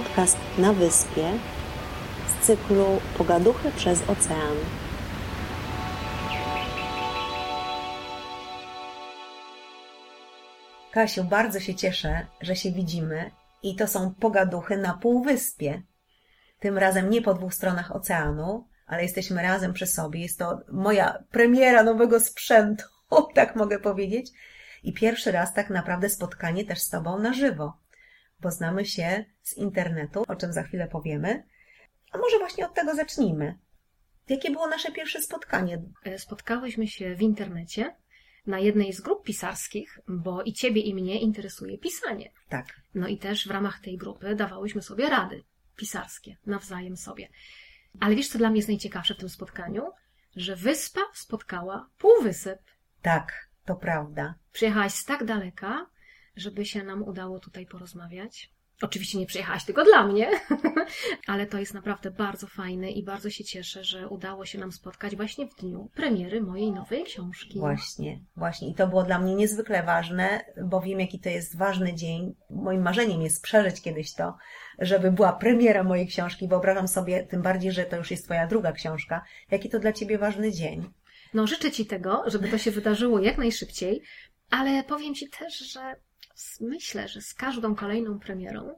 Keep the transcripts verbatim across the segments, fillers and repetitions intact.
podcast na wyspie z cyklu Pogaduchy przez ocean. Kasiu, bardzo się cieszę, że się widzimy i to są pogaduchy na półwyspie. Tym razem nie po dwóch stronach oceanu, ale jesteśmy razem przy sobie. Jest to moja premiera nowego sprzętu, tak mogę powiedzieć. I pierwszy raz tak naprawdę spotkanie też z Tobą na żywo, bo znamy się z internetu, o czym za chwilę powiemy. A może właśnie od tego zacznijmy. Jakie było nasze pierwsze spotkanie? Spotkałyśmy się w internecie na jednej z grup pisarskich, bo i Ciebie, i mnie interesuje pisanie. Tak. No i też w ramach tej grupy dawałyśmy sobie rady pisarskie nawzajem sobie. Ale wiesz, co dla mnie jest najciekawsze w tym spotkaniu? Że wyspa spotkała półwysep. Tak, to prawda. Przyjechałaś z tak daleka, żeby się nam udało tutaj porozmawiać. Oczywiście nie przyjechałaś tylko dla mnie, ale to jest naprawdę bardzo fajne i bardzo się cieszę, że udało się nam spotkać właśnie w dniu premiery mojej nowej książki. Właśnie, właśnie. I to było dla mnie niezwykle ważne, bo wiem, jaki to jest ważny dzień. Moim marzeniem jest przeżyć kiedyś to, żeby była premiera mojej książki. Wyobrażam sobie, tym bardziej, że to już jest Twoja druga książka, jaki to dla Ciebie ważny dzień. No, życzę Ci tego, żeby to się wydarzyło jak najszybciej, ale powiem Ci też, że myślę, że z każdą kolejną premierą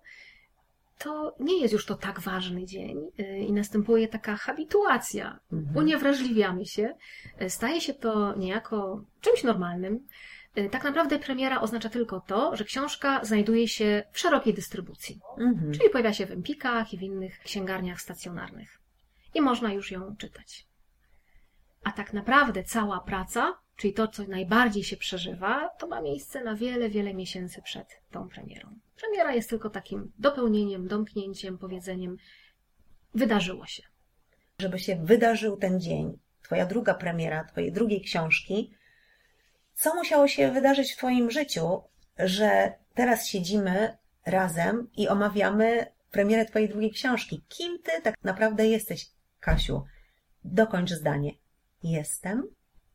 to nie jest już to tak ważny dzień i następuje taka habituacja. Mhm. Uniewrażliwiamy się. Staje się to niejako czymś normalnym. Tak naprawdę premiera oznacza tylko to, że książka znajduje się w szerokiej dystrybucji. Mhm. Czyli pojawia się w Empikach i w innych księgarniach stacjonarnych. I można już ją czytać. A tak naprawdę cała praca, czyli to, co najbardziej się przeżywa, to ma miejsce na wiele, wiele miesięcy przed tą premierą. Premiera jest tylko takim dopełnieniem, domknięciem, powiedzeniem, wydarzyło się. Żeby się wydarzył ten dzień, Twoja druga premiera, Twojej drugiej książki, co musiało się wydarzyć w Twoim życiu, że teraz siedzimy razem i omawiamy premierę Twojej drugiej książki? Kim Ty tak naprawdę jesteś, Kasiu? Dokończ zdanie. Jestem?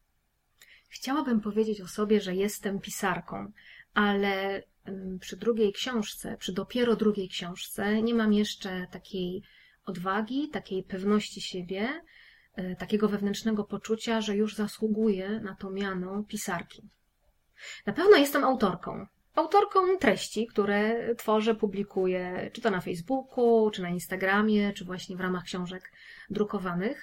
Chciałabym powiedzieć o sobie, że jestem pisarką, ale przy drugiej książce, przy dopiero drugiej książce nie mam jeszcze takiej odwagi, takiej pewności siebie, takiego wewnętrznego poczucia, że już zasługuję na to miano pisarki. Na pewno jestem autorką. Autorką treści, które tworzę, publikuję, czy to na Facebooku, czy na Instagramie, czy właśnie w ramach książek drukowanych.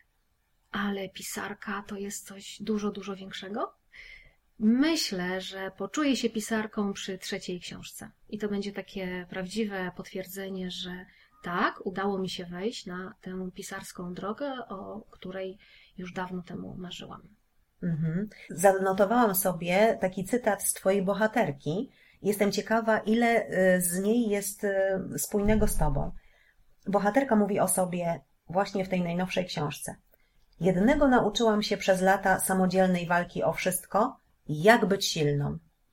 Ale pisarka to jest coś dużo, dużo większego. Myślę, że poczuję się pisarką przy trzeciej książce. I to będzie takie prawdziwe potwierdzenie, że tak, udało mi się wejść na tę pisarską drogę, o której już dawno temu marzyłam. Mhm. Zanotowałam sobie taki cytat z Twojej bohaterki. Jestem ciekawa, ile z niej jest spójnego z Tobą. Bohaterka mówi o sobie właśnie w tej najnowszej książce. Jednego nauczyłam się przez lata samodzielnej walki o wszystko, jak być silną.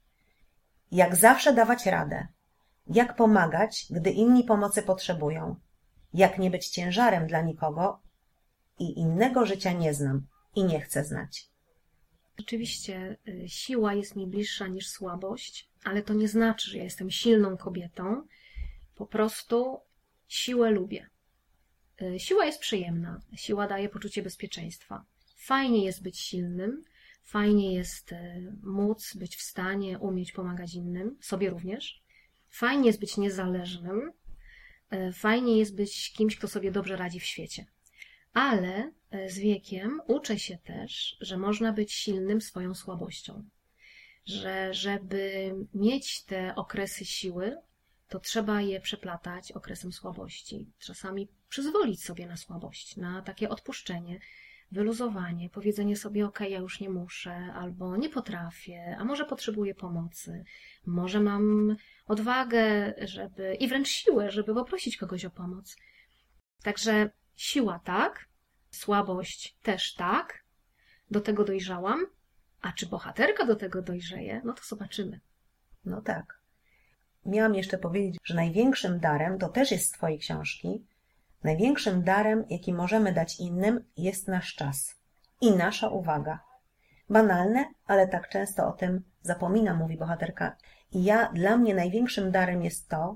Jak zawsze dawać radę. Jak pomagać, gdy inni pomocy potrzebują. Jak nie być ciężarem dla nikogo i innego życia nie znam i nie chcę znać. Rzeczywiście siła jest mi bliższa niż słabość, ale to nie znaczy, że ja jestem silną kobietą. Po prostu siłę lubię. Siła jest przyjemna, siła daje poczucie bezpieczeństwa. Fajnie jest być silnym, fajnie jest móc być w stanie umieć pomagać innym, sobie również. Fajnie jest być niezależnym, fajnie jest być kimś, kto sobie dobrze radzi w świecie. Ale z wiekiem uczę się też, że można być silnym swoją słabością. Że żeby mieć te okresy siły, to trzeba je przeplatać okresem słabości. Czasami przyzwolić sobie na słabość, na takie odpuszczenie, wyluzowanie, powiedzenie sobie, ok, ja już nie muszę, albo nie potrafię, a może potrzebuję pomocy, może mam odwagę, żeby i wręcz siłę, żeby poprosić kogoś o pomoc. Także siła tak, słabość też tak, do tego dojrzałam, a czy bohaterka do tego dojrzeje, no to zobaczymy. No tak. Miałam jeszcze powiedzieć, że największym darem, to też jest z Twojej książki, największym darem, jaki możemy dać innym, jest nasz czas i nasza uwaga. Banalne, ale tak często o tym zapominam, mówi bohaterka. I ja, dla mnie największym darem jest to,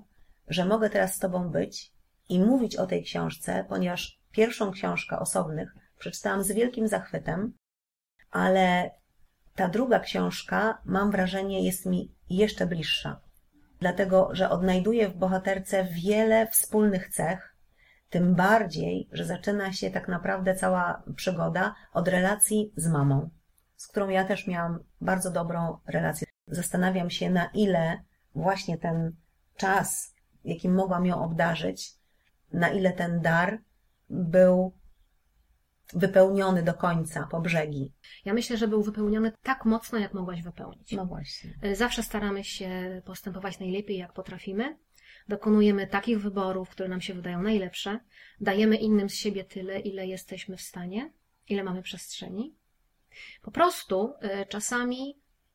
że mogę teraz z Tobą być i mówić o tej książce, ponieważ pierwszą książkę Osobnych przeczytałam z wielkim zachwytem, ale ta druga książka, mam wrażenie, jest mi jeszcze bliższa. Dlatego, że odnajduję w bohaterce wiele wspólnych cech, tym bardziej, że zaczyna się tak naprawdę cała przygoda od relacji z mamą, z którą ja też miałam bardzo dobrą relację. Zastanawiam się, na ile właśnie ten czas, jakim mogłam ją obdarzyć, na ile ten dar był wypełniony do końca, po brzegi. Ja myślę, że był wypełniony tak mocno, jak mogłaś wypełnić. No właśnie. Zawsze staramy się postępować najlepiej, jak potrafimy. Dokonujemy takich wyborów, które nam się wydają najlepsze. Dajemy innym z siebie tyle, ile jesteśmy w stanie, ile mamy przestrzeni. Po prostu y, czasami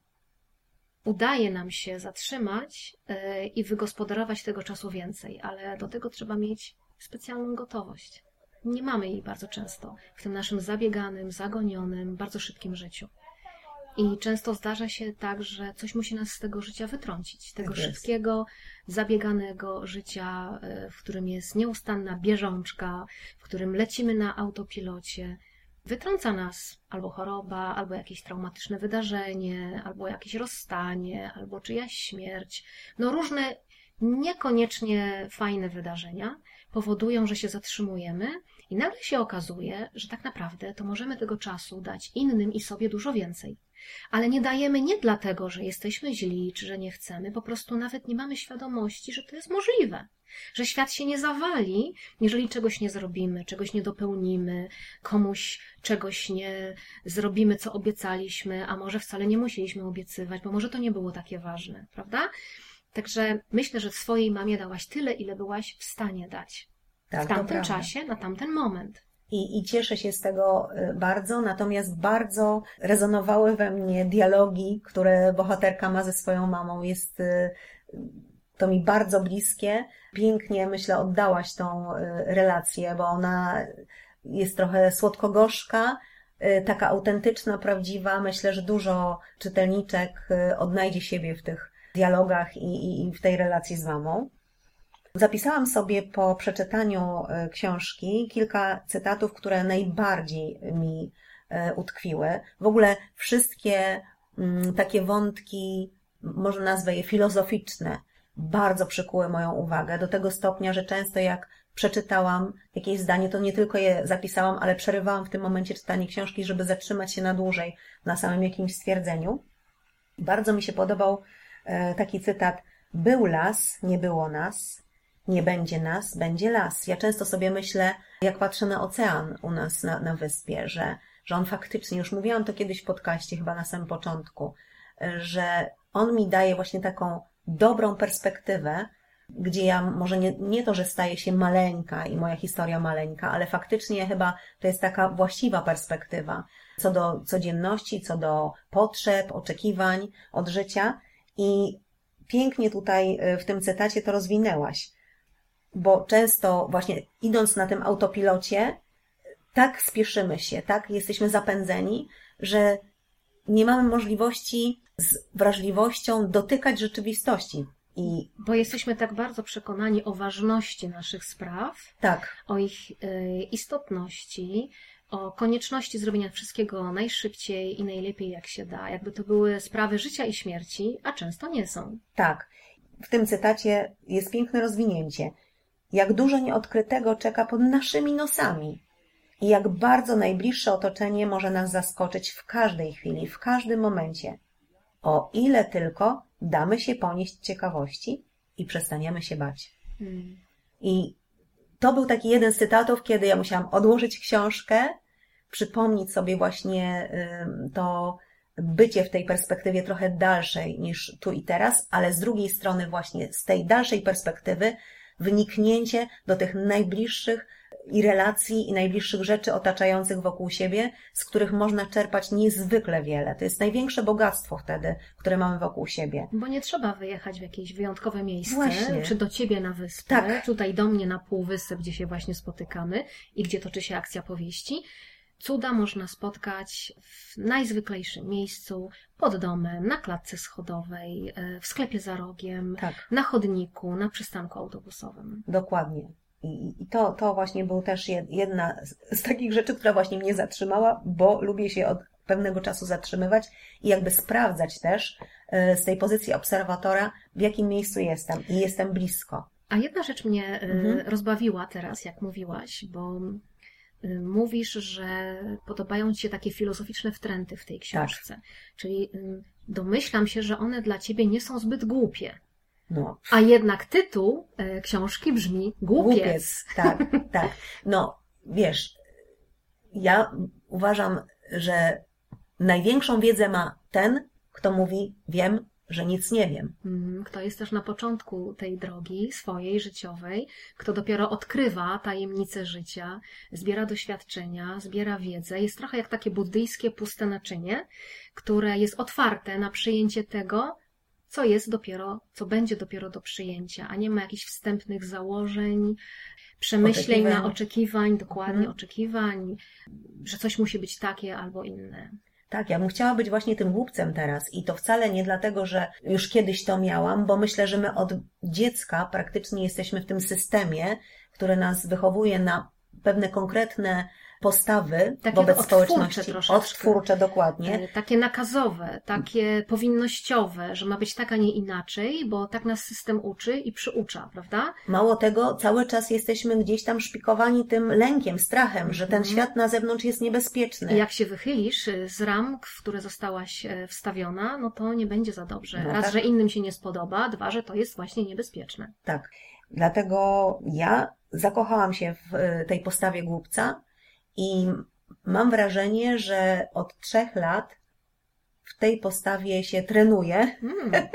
udaje nam się zatrzymać y, i wygospodarować tego czasu więcej, ale do tego trzeba mieć specjalną gotowość. Nie mamy jej bardzo często w tym naszym zabieganym, zagonionym, bardzo szybkim życiu. I często zdarza się tak, że coś musi nas z tego życia wytrącić. Z tego Tak jest. szybkiego, zabieganego życia, w którym jest nieustanna bieżączka, w którym lecimy na autopilocie. Wytrąca nas albo choroba, albo jakieś traumatyczne wydarzenie, albo jakieś rozstanie, albo czyjaś śmierć. No różne niekoniecznie fajne wydarzenia powodują, że się zatrzymujemy i nagle się okazuje, że tak naprawdę to możemy tego czasu dać innym i sobie dużo więcej. Ale nie dajemy nie dlatego, że jesteśmy źli, czy że nie chcemy, po prostu nawet nie mamy świadomości, że to jest możliwe. Że świat się nie zawali, jeżeli czegoś nie zrobimy, czegoś nie dopełnimy, komuś czegoś nie zrobimy, co obiecaliśmy, a może wcale nie musieliśmy obiecywać, bo może to nie było takie ważne, prawda? Także myślę, że swojej mamie dałaś tyle, ile byłaś w stanie dać Tak, w to tamtym prawda. czasie, na tamten moment. I, I cieszę się z tego bardzo, natomiast bardzo rezonowały we mnie dialogi, które bohaterka ma ze swoją mamą. Jest to mi bardzo bliskie. Pięknie, myślę, oddałaś tą relację, bo ona jest trochę słodko-gorzka, taka autentyczna, prawdziwa. Myślę, że dużo czytelniczek odnajdzie siebie w tych dialogach i, i, i w tej relacji z mamą. Zapisałam sobie po przeczytaniu książki kilka cytatów, które najbardziej mi utkwiły. W ogóle wszystkie takie wątki, może nazwę je filozoficzne, bardzo przykuły moją uwagę. Do tego stopnia, że często jak przeczytałam jakieś zdanie, to nie tylko je zapisałam, ale przerywałam w tym momencie czytanie książki, żeby zatrzymać się na dłużej na samym jakimś stwierdzeniu. Bardzo mi się podobał taki cytat: był las, nie było nas. Nie będzie nas, będzie las. Ja często sobie myślę, jak patrzę na ocean u nas na, na wyspie, że, że on faktycznie, już mówiłam to kiedyś w podcaście, chyba na samym początku, że on mi daje właśnie taką dobrą perspektywę, gdzie ja może nie, nie to, że staję się maleńka i moja historia maleńka, ale faktycznie chyba to jest taka właściwa perspektywa co do codzienności, co do potrzeb, oczekiwań od życia. I pięknie tutaj w tym cytacie to rozwinęłaś. Bo często właśnie idąc na tym autopilocie, tak spieszymy się, tak jesteśmy zapędzeni, że nie mamy możliwości z wrażliwością dotykać rzeczywistości. I Bo jesteśmy tak bardzo przekonani o ważności naszych spraw, tak, o ich y, istotności, o konieczności zrobienia wszystkiego najszybciej i najlepiej jak się da. Jakby to były sprawy życia i śmierci, a często nie są. tak. W tym cytacie jest piękne rozwinięcie. Jak dużo nieodkrytego czeka pod naszymi nosami i jak bardzo najbliższe otoczenie może nas zaskoczyć w każdej chwili, w każdym momencie. O ile tylko damy się ponieść ciekawości i przestaniemy się bać. Hmm. I to był taki jeden z cytatów, kiedy ja musiałam odłożyć książkę, przypomnieć sobie właśnie to bycie w tej perspektywie trochę dalszej niż tu i teraz, ale z drugiej strony właśnie z tej dalszej perspektywy wniknięcie do tych najbliższych i relacji i najbliższych rzeczy otaczających wokół siebie, z których można czerpać niezwykle wiele. To jest największe bogactwo wtedy, które mamy wokół siebie. Bo nie trzeba wyjechać w jakieś wyjątkowe miejsce, Właśnie. czy do ciebie na wyspę, Tak. tutaj do mnie na półwysep, gdzie się właśnie spotykamy i gdzie toczy się akcja powieści. Cuda można spotkać w najzwyklejszym miejscu, pod domem, na klatce schodowej, w sklepie za rogiem, Tak. na chodniku, na przystanku autobusowym. Dokładnie. I, i to, to właśnie był też jedna z, z takich rzeczy, która właśnie mnie zatrzymała, bo lubię się od pewnego czasu zatrzymywać i jakby sprawdzać też y, z tej pozycji obserwatora, w jakim miejscu jestem i jestem blisko. A jedna rzecz mnie y, Mhm. rozbawiła teraz, jak mówiłaś, bo y, mówisz, że podobają Ci się takie filozoficzne wtręty w tej książce. Tak. Czyli y, domyślam się, że one dla Ciebie nie są zbyt głupie. No. A jednak tytuł y, książki brzmi Głupiec. Głupiec. Tak, tak. No, wiesz, ja uważam, że największą wiedzę ma ten, kto mówi, wiem, że nic nie wiem. Mm, Kto jest też na początku tej drogi swojej, życiowej, kto dopiero odkrywa tajemnice życia, zbiera doświadczenia, zbiera wiedzę. Jest trochę jak takie buddyjskie puste naczynie, które jest otwarte na przyjęcie tego, co jest dopiero, co będzie dopiero do przyjęcia, a nie ma jakichś wstępnych założeń, przemyśleń, Oczekiwań. na oczekiwań, dokładnie Mhm. oczekiwań, że coś musi być takie albo inne. Tak, ja bym chciała być właśnie tym głupcem teraz i to wcale nie dlatego, że już kiedyś to miałam, bo myślę, że my od dziecka praktycznie jesteśmy w tym systemie, który nas wychowuje na pewne konkretne postawy Takie wobec odtwórcze społeczności. troszeczkę. Odtwórcze, dokładnie. E, Takie nakazowe, takie powinnościowe, że ma być tak, a nie inaczej, bo tak nas system uczy i przyucza, prawda? Mało tego, cały czas jesteśmy gdzieś tam szpikowani tym lękiem, strachem, że ten Mhm. świat na zewnątrz jest niebezpieczny. I jak się wychylisz e, z ram, w które zostałaś e, wstawiona, no to nie będzie za dobrze. No Raz, tak. że innym się nie spodoba, dwa, że to jest właśnie niebezpieczne. Tak. Dlatego ja zakochałam się w y, tej postawie głupca i mam wrażenie, że od trzech lat w tej postawie się trenuję Mm.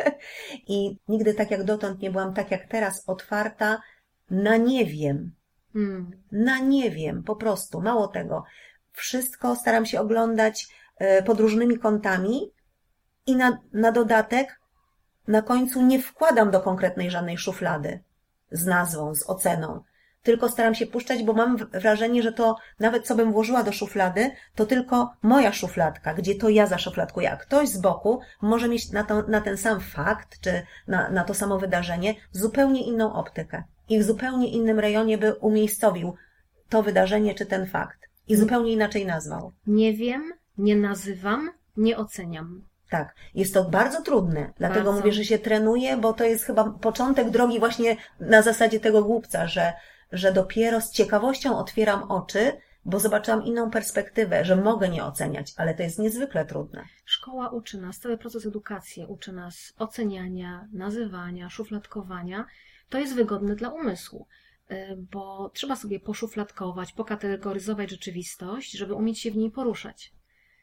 i nigdy tak jak dotąd nie byłam tak jak teraz otwarta na nie wiem. Mm. Na nie wiem, po prostu. Mało tego. Wszystko staram się oglądać y, pod różnymi kątami i na, na dodatek na końcu nie wkładam do konkretnej żadnej szuflady z nazwą, z oceną. Tylko staram się puszczać, bo mam wrażenie, że to nawet co bym włożyła do szuflady, to tylko moja szufladka, gdzie to ja zaszufladkuję, a ktoś z boku może mieć na, to, na ten sam fakt, czy na, na to samo wydarzenie zupełnie inną optykę. I w zupełnie innym rejonie by umiejscowił to wydarzenie, czy ten fakt. I zupełnie inaczej nazwał. Nie wiem, nie nazywam, nie oceniam. Tak, jest to bardzo trudne, dlatego Bardzo. mówię, że się trenuje, bo to jest chyba początek drogi właśnie na zasadzie tego głupca, że, że dopiero z ciekawością otwieram oczy, bo zobaczyłam inną perspektywę, że mogę nie oceniać, ale to jest niezwykle trudne. Szkoła uczy nas, cały proces edukacji uczy nas oceniania, nazywania, szufladkowania. To jest wygodne dla umysłu, y, bo trzeba sobie poszufladkować, pokategoryzować rzeczywistość, żeby umieć się w niej poruszać.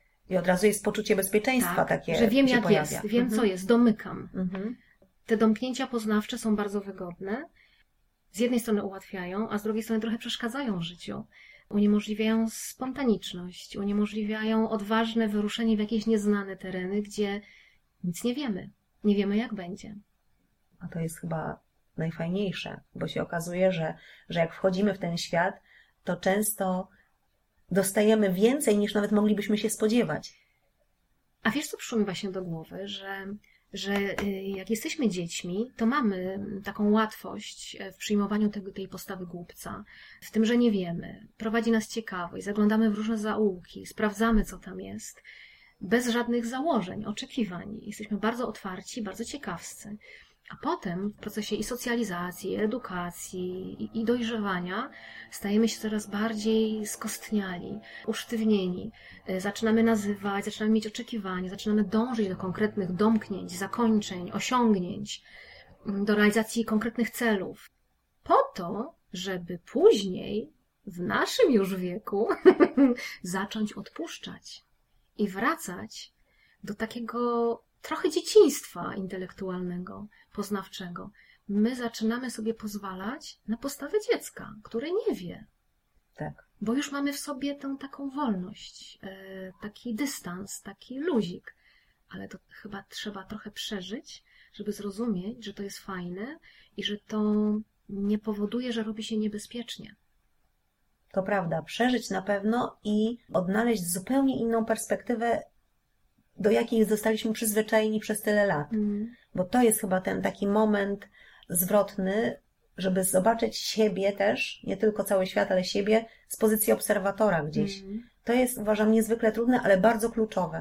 I od razu jest poczucie bezpieczeństwa Tak, takie że wiem się jak pojawia. jest, wiem Mhm. co jest, domykam. Mhm. Te domknięcia poznawcze są bardzo wygodne. Z jednej strony ułatwiają, a z drugiej strony trochę przeszkadzają w życiu. Uniemożliwiają spontaniczność, uniemożliwiają odważne wyruszenie w jakieś nieznane tereny, gdzie nic nie wiemy. Nie wiemy jak będzie. A to jest chyba najfajniejsze, bo się okazuje, że, że jak wchodzimy w ten świat, to często dostajemy więcej, niż nawet moglibyśmy się spodziewać. A wiesz, co przyszło mi właśnie do głowy, że, że y, jak jesteśmy dziećmi, to mamy taką łatwość w przyjmowaniu tego, tej postawy głupca, w tym, że nie wiemy. Prowadzi nas ciekawość, zaglądamy w różne zaułki, sprawdzamy, co tam jest, bez żadnych założeń, oczekiwań. Jesteśmy bardzo otwarci, bardzo ciekawscy. A potem w procesie i socjalizacji, i edukacji, i, i dojrzewania stajemy się coraz bardziej skostniali, usztywnieni. Zaczynamy nazywać, zaczynamy mieć oczekiwania, zaczynamy dążyć do konkretnych domknięć, zakończeń, osiągnięć, do realizacji konkretnych celów. Po to, żeby później, w naszym już wieku, zacząć odpuszczać i wracać do takiego trochę dzieciństwa intelektualnego, poznawczego. My zaczynamy sobie pozwalać na postawę dziecka, które nie wie. Tak. Bo już mamy w sobie tę taką wolność, taki dystans, taki luzik. Ale to chyba trzeba trochę przeżyć, żeby zrozumieć, że to jest fajne i że to nie powoduje, że robi się niebezpiecznie. To prawda, przeżyć na pewno i odnaleźć zupełnie inną perspektywę, do jakiej zostaliśmy przyzwyczajeni przez tyle lat. Mm. Bo to jest chyba ten taki moment zwrotny, żeby zobaczyć siebie też, nie tylko cały świat, ale siebie z pozycji obserwatora gdzieś. Mm. To jest, uważam, niezwykle trudne, ale bardzo kluczowe.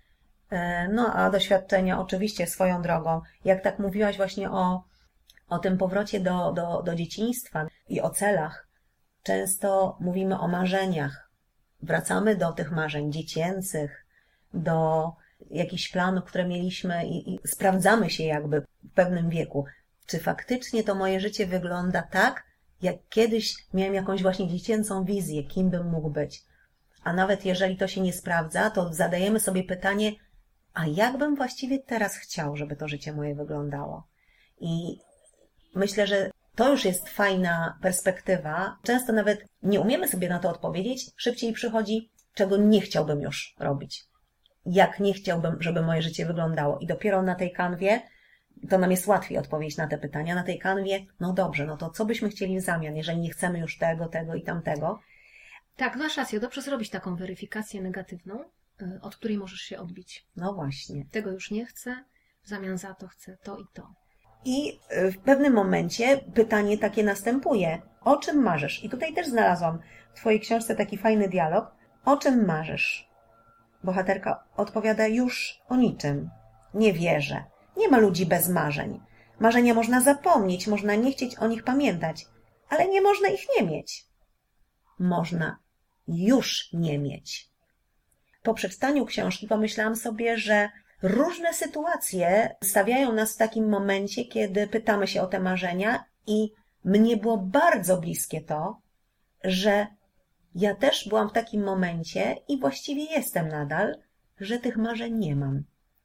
No a doświadczenia oczywiście swoją drogą. Jak tak mówiłaś właśnie o, o tym powrocie do, do, do dzieciństwa i o celach, często mówimy o marzeniach. Wracamy do tych marzeń dziecięcych, do jakichś planów, które mieliśmy i, i sprawdzamy się jakby w pewnym wieku. Czy faktycznie to moje życie wygląda tak, jak kiedyś miałem jakąś właśnie dziecięcą wizję, kim bym mógł być. A nawet jeżeli to się nie sprawdza, to zadajemy sobie pytanie, a jak bym właściwie teraz chciał, żeby to życie moje wyglądało? I myślę, że to już jest fajna perspektywa. Często nawet nie umiemy sobie na to odpowiedzieć. Szybciej przychodzi, czego nie chciałbym już robić. Jak nie chciałbym, żeby moje życie wyglądało. I dopiero na tej kanwie, to nam jest łatwiej odpowiedzieć na te pytania, na tej kanwie, no dobrze, no to co byśmy chcieli w zamian, jeżeli nie chcemy już tego, tego i tamtego? Tak, masz rację, dobrze zrobić taką weryfikację negatywną, od której możesz się odbić. No właśnie. Tego już nie chcę, w zamian za to chcę to i to. I w pewnym momencie pytanie takie następuje. O czym marzysz? I tutaj też znalazłam w twojej książce taki fajny dialog. O czym marzysz? Bohaterka odpowiada już o niczym. Nie wierzę. Nie ma ludzi bez marzeń. Marzenia można zapomnieć, można nie chcieć o nich pamiętać, ale nie można ich nie mieć. Można już nie mieć. Po przeczytaniu książki pomyślałam sobie, że różne sytuacje stawiają nas w takim momencie, kiedy pytamy się o te marzenia i mnie było bardzo bliskie to, że ja też byłam w takim momencie i właściwie jestem nadal, że tych marzeń nie mam.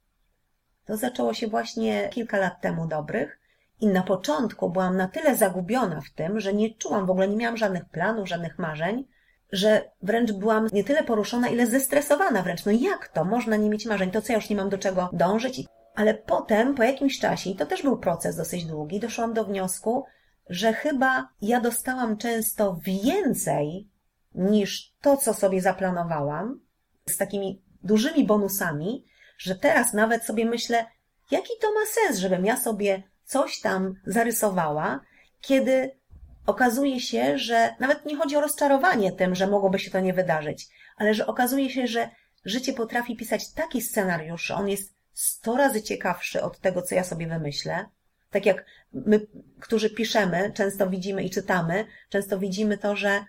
To zaczęło się właśnie kilka lat temu dobrych i na początku byłam na tyle zagubiona w tym, że nie czułam, w ogóle nie miałam żadnych planów, żadnych marzeń, że wręcz byłam nie tyle poruszona, ile zestresowana wręcz. No jak to? Można nie mieć marzeń, to co ja już nie mam do czego dążyć? Ale potem, po jakimś czasie, i to też był proces dosyć długi, doszłam do wniosku, że chyba ja dostałam często więcej niż to, co sobie zaplanowałam, z takimi dużymi bonusami, że teraz nawet sobie myślę, jaki to ma sens, żebym ja sobie coś tam zarysowała, kiedy okazuje się, że nawet nie chodzi o rozczarowanie tym, że mogłoby się to nie wydarzyć, ale że okazuje się, że życie potrafi pisać taki scenariusz, że on jest sto razy ciekawszy od tego, co ja sobie wymyślę. Tak jak my, którzy piszemy, często widzimy i czytamy, często widzimy to, że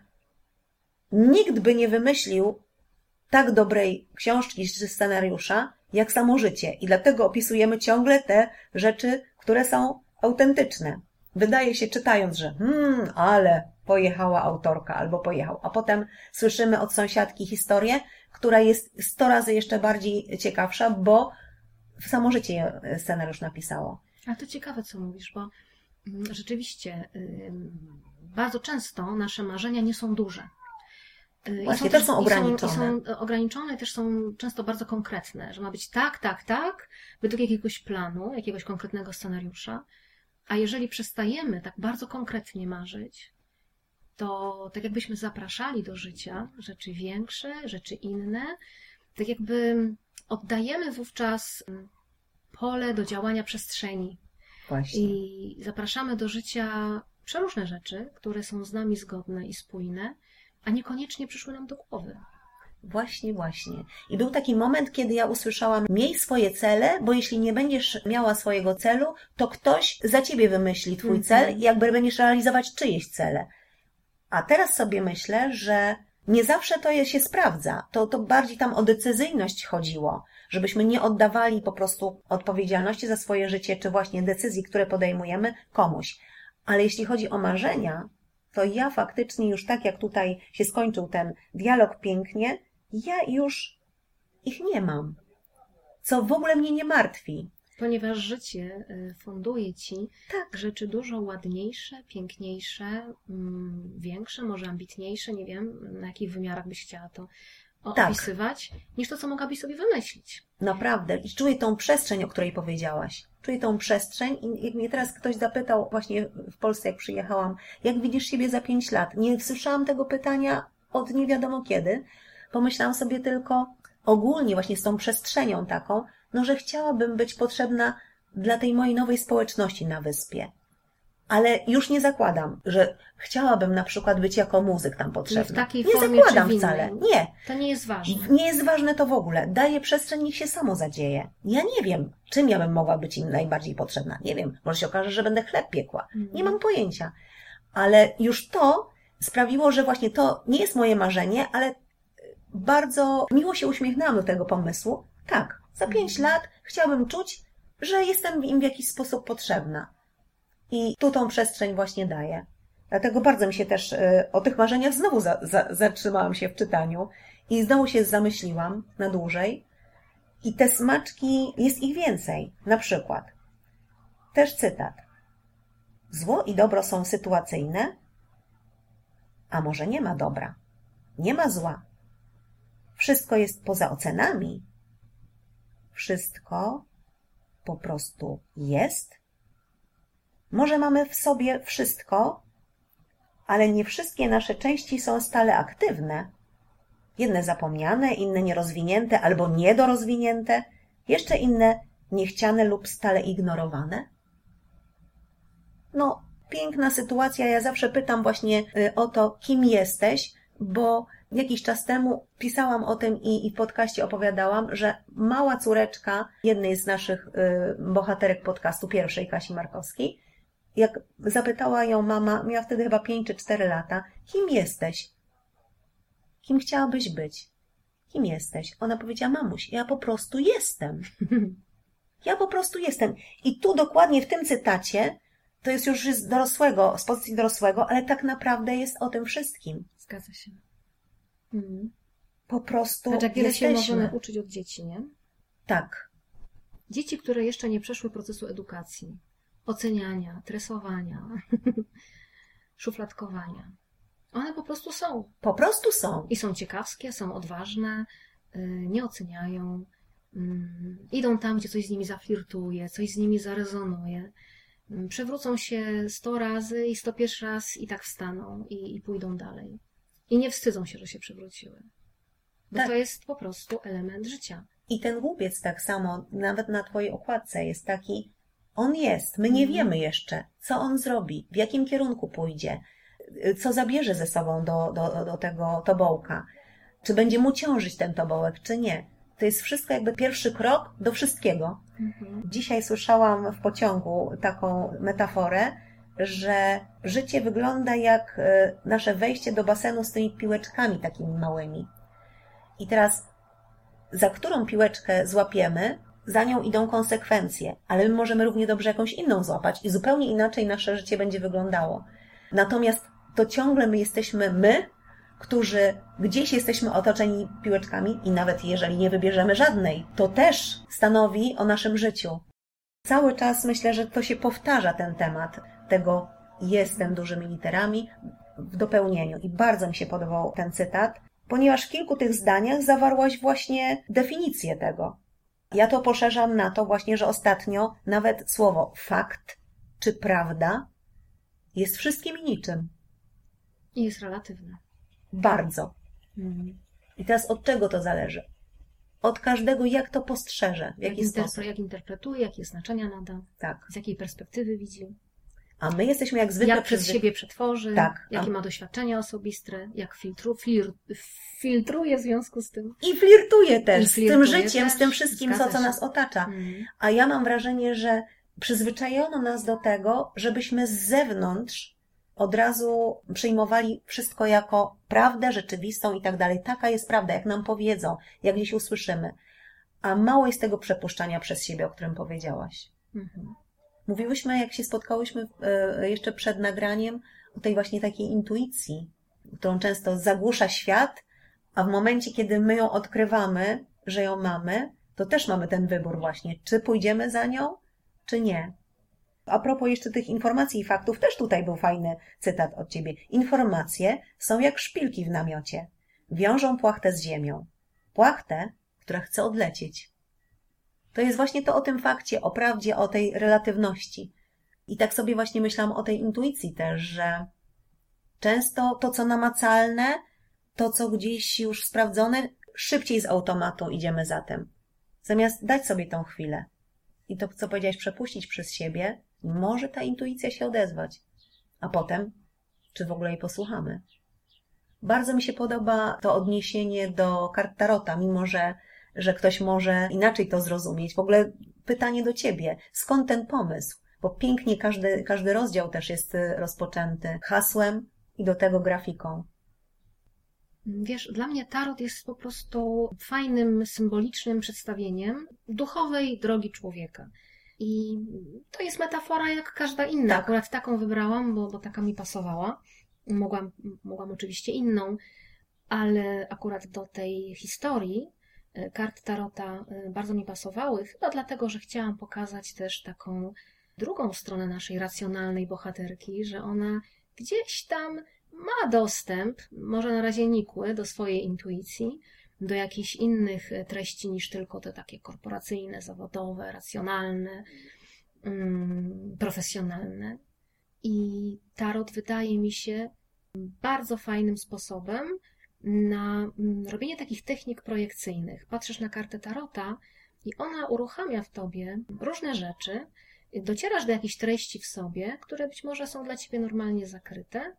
nikt by nie wymyślił tak dobrej książki czy scenariusza, jak samo życie. I dlatego opisujemy ciągle te rzeczy, które są autentyczne. Wydaje się, czytając, że hmm, ale pojechała autorka albo pojechał. A potem słyszymy od sąsiadki historię, która jest sto razy jeszcze bardziej ciekawsza, bo samo życie scenariusz napisało. A to ciekawe, co mówisz, bo rzeczywiście yy, bardzo często nasze marzenia nie są duże. Właśnie też są ograniczone. I są, i są ograniczone, też są często bardzo konkretne, że ma być tak, tak, tak, według jakiegoś planu, jakiegoś konkretnego scenariusza. A jeżeli przestajemy tak bardzo konkretnie marzyć, to tak jakbyśmy zapraszali do życia rzeczy większe, rzeczy inne, tak jakby oddajemy wówczas pole do działania przestrzeni. Właśnie. I zapraszamy do życia przeróżne rzeczy, które są z nami zgodne i spójne, a niekoniecznie przyszły nam do głowy. Właśnie, właśnie. I był taki moment, kiedy ja usłyszałam, miej swoje cele, bo jeśli nie będziesz miała swojego celu, to ktoś za ciebie wymyśli twój mm-hmm. cel i jakby będziesz realizować czyjeś cele. A teraz sobie myślę, że nie zawsze to je się sprawdza. To, to bardziej tam o decyzyjność chodziło, żebyśmy nie oddawali po prostu odpowiedzialności za swoje życie, czy właśnie decyzji, które podejmujemy, komuś. Ale jeśli chodzi o marzenia, to ja faktycznie już tak jak tutaj się skończył ten dialog pięknie, ja już ich nie mam. Co w ogóle mnie nie martwi. Ponieważ życie funduje ci tak. rzeczy dużo ładniejsze, piękniejsze, większe, może ambitniejsze, nie wiem, na jakich wymiarach byś chciała to Tak. opisywać, niż to, co mogłabyś sobie wymyślić. Naprawdę. I czuję tą przestrzeń, o której powiedziałaś. Czuję tą przestrzeń i jak mnie teraz ktoś zapytał właśnie w Polsce, jak przyjechałam, jak widzisz siebie za pięć lat? Nie słyszałam tego pytania od nie wiadomo kiedy. Pomyślałam sobie tylko ogólnie właśnie z tą przestrzenią taką, no że chciałabym być potrzebna dla tej mojej nowej społeczności na wyspie. Ale już nie zakładam, że chciałabym na przykład być jako muzyk tam potrzebna. Nie w takiej nie formie zakładam czy w wcale. innej. Nie. To nie jest ważne. Nie jest ważne to w ogóle. Daję przestrzeń, niech się samo zadzieje. Ja nie wiem, czym ja bym mogła być im najbardziej potrzebna. Nie wiem. Może się okaże, że będę chleb piekła. Mhm. Nie mam pojęcia. Ale już to sprawiło, że właśnie to nie jest moje marzenie, ale bardzo miło się uśmiechnęłam do tego pomysłu. Tak, za pięć Mhm. lat chciałabym czuć, że jestem im w jakiś sposób potrzebna. I tu tą przestrzeń właśnie daję. Dlatego bardzo mi się też y, o tych marzeniach znowu za, za, zatrzymałam się w czytaniu i znowu się zamyśliłam na dłużej. I te smaczki, jest ich więcej. Na przykład, też cytat. Zło i dobro są sytuacyjne, a może nie ma dobra, nie ma zła. Wszystko jest poza ocenami. Wszystko po prostu jest. Może mamy w sobie wszystko, ale nie wszystkie nasze części są stale aktywne. Jedne zapomniane, inne nierozwinięte albo niedorozwinięte, jeszcze inne niechciane lub stale ignorowane. No, piękna sytuacja. Ja zawsze pytam właśnie o to, kim jesteś, bo jakiś czas temu pisałam o tym i, i w podcaście opowiadałam, że mała córeczka jednej z naszych y, bohaterek podcastu, pierwszej, Kasi Markowskiej, jak zapytała ją mama, miała wtedy chyba pięć czy cztery lata, kim jesteś? Kim chciałabyś być? Kim jesteś? Ona powiedziała, mamuś, ja po prostu jestem. Ja po prostu jestem. I tu dokładnie w tym cytacie, to jest już z dorosłego, z pozycji dorosłego, ale tak naprawdę jest o tym wszystkim. Zgadza się. Mhm. Po prostu Znaczy, jak wiele jesteśmy. się możemy uczyć od dzieci, nie? Tak. Dzieci, które jeszcze nie przeszły procesu edukacji, oceniania, tresowania, szufladkowania. One po prostu są. Po prostu są. I są ciekawskie, są odważne, nie oceniają, idą tam, gdzie coś z nimi zaflirtuje, coś z nimi zarezonuje. Przewrócą się sto razy i sto pierwszy raz i tak wstaną i, i pójdą dalej. I nie wstydzą się, że się przewróciły. Bo Tak. to jest po prostu element życia. I ten głupiec tak samo, nawet na twojej okładce jest taki, on jest, my nie Mhm. wiemy jeszcze, co on zrobi, w jakim kierunku pójdzie, co zabierze ze sobą do, do, do tego tobołka, czy będzie mu ciążyć ten tobołek, czy nie. To jest wszystko jakby pierwszy krok do wszystkiego. Mhm. Dzisiaj słyszałam w pociągu taką metaforę, że życie wygląda jak e, nasze wejście do basenu z tymi piłeczkami takimi małymi. I teraz za którą piłeczkę złapiemy, za nią idą konsekwencje, ale my możemy równie dobrze jakąś inną złapać i zupełnie inaczej nasze życie będzie wyglądało. Natomiast to ciągle my jesteśmy my, którzy gdzieś jesteśmy otoczeni piłeczkami i nawet jeżeli nie wybierzemy żadnej, to też stanowi o naszym życiu. Cały czas myślę, że to się powtarza ten temat tego jestem dużymi literami w dopełnieniu i bardzo mi się podobał ten cytat, ponieważ w kilku tych zdaniach zawarłaś właśnie definicję tego. Ja to poszerzam na to właśnie, że ostatnio nawet słowo fakt czy prawda jest wszystkim i niczym. I jest relatywne. Bardzo. Mhm. I teraz od czego to zależy? Od każdego, jak to postrzeże, w Jak, jaki interpre- sposób. jak interpretuje, jakie znaczenia nada, Tak. z jakiej perspektywy widzi, A my jesteśmy jak zwykle jak przez przyzwy- siebie przetworzy, Tak, jakie a- ma doświadczenia osobiste, jak filtru, flir, filtruje w związku z tym. I flirtuje też I z flirtuje tym życiem, też. z tym wszystkim, co, Zgadza co się. nas otacza. Mhm. A ja mam wrażenie, że przyzwyczajono nas do tego, żebyśmy z zewnątrz od razu przyjmowali wszystko jako prawdę, rzeczywistą i tak dalej. Taka jest prawda, jak nam powiedzą, jak gdzieś usłyszymy. A mało jest tego przepuszczania przez siebie, o którym powiedziałaś. Mhm. Mówiłyśmy, jak się spotkałyśmy e, jeszcze przed nagraniem, o tej właśnie takiej intuicji, którą często zagłusza świat, a w momencie, kiedy my ją odkrywamy, że ją mamy, to też mamy ten wybór właśnie, czy pójdziemy za nią, czy nie. A propos jeszcze tych informacji i faktów, też tutaj był fajny cytat od ciebie. Informacje są jak szpilki w namiocie. Wiążą płachtę z ziemią. płachtę, która chce odlecieć. To jest właśnie to o tym fakcie, o prawdzie, o tej relatywności. I tak sobie właśnie myślałam o tej intuicji też, że często to, co namacalne, to, co gdzieś już sprawdzone, szybciej z automatu idziemy za tym. Zamiast dać sobie tą chwilę i to, co powiedziałeś, przepuścić przez siebie, może ta intuicja się odezwać. A potem, czy w ogóle jej posłuchamy? Bardzo mi się podoba to odniesienie do kart tarota, mimo że, że ktoś może inaczej to zrozumieć. W ogóle pytanie do ciebie, skąd ten pomysł? Bo pięknie każdy, każdy rozdział też jest rozpoczęty hasłem i do tego grafiką. Wiesz, dla mnie tarot jest po prostu fajnym, symbolicznym przedstawieniem duchowej drogi człowieka. I to jest metafora jak każda inna. Tak. Akurat taką wybrałam, bo, bo taka mi pasowała. Mogłam, mogłam oczywiście inną, ale akurat do tej historii kart tarota bardzo mi pasowały. Chyba dlatego, że chciałam pokazać też taką drugą stronę naszej racjonalnej bohaterki, że ona gdzieś tam ma dostęp, może na razie nikły, do swojej intuicji, do jakichś innych treści niż tylko te takie korporacyjne, zawodowe, racjonalne, mm, profesjonalne. I tarot wydaje mi się bardzo fajnym sposobem na robienie takich technik projekcyjnych. Patrzysz na kartę tarota i ona uruchamia w tobie różne rzeczy, docierasz do jakichś treści w sobie, które być może są dla ciebie normalnie zakryte,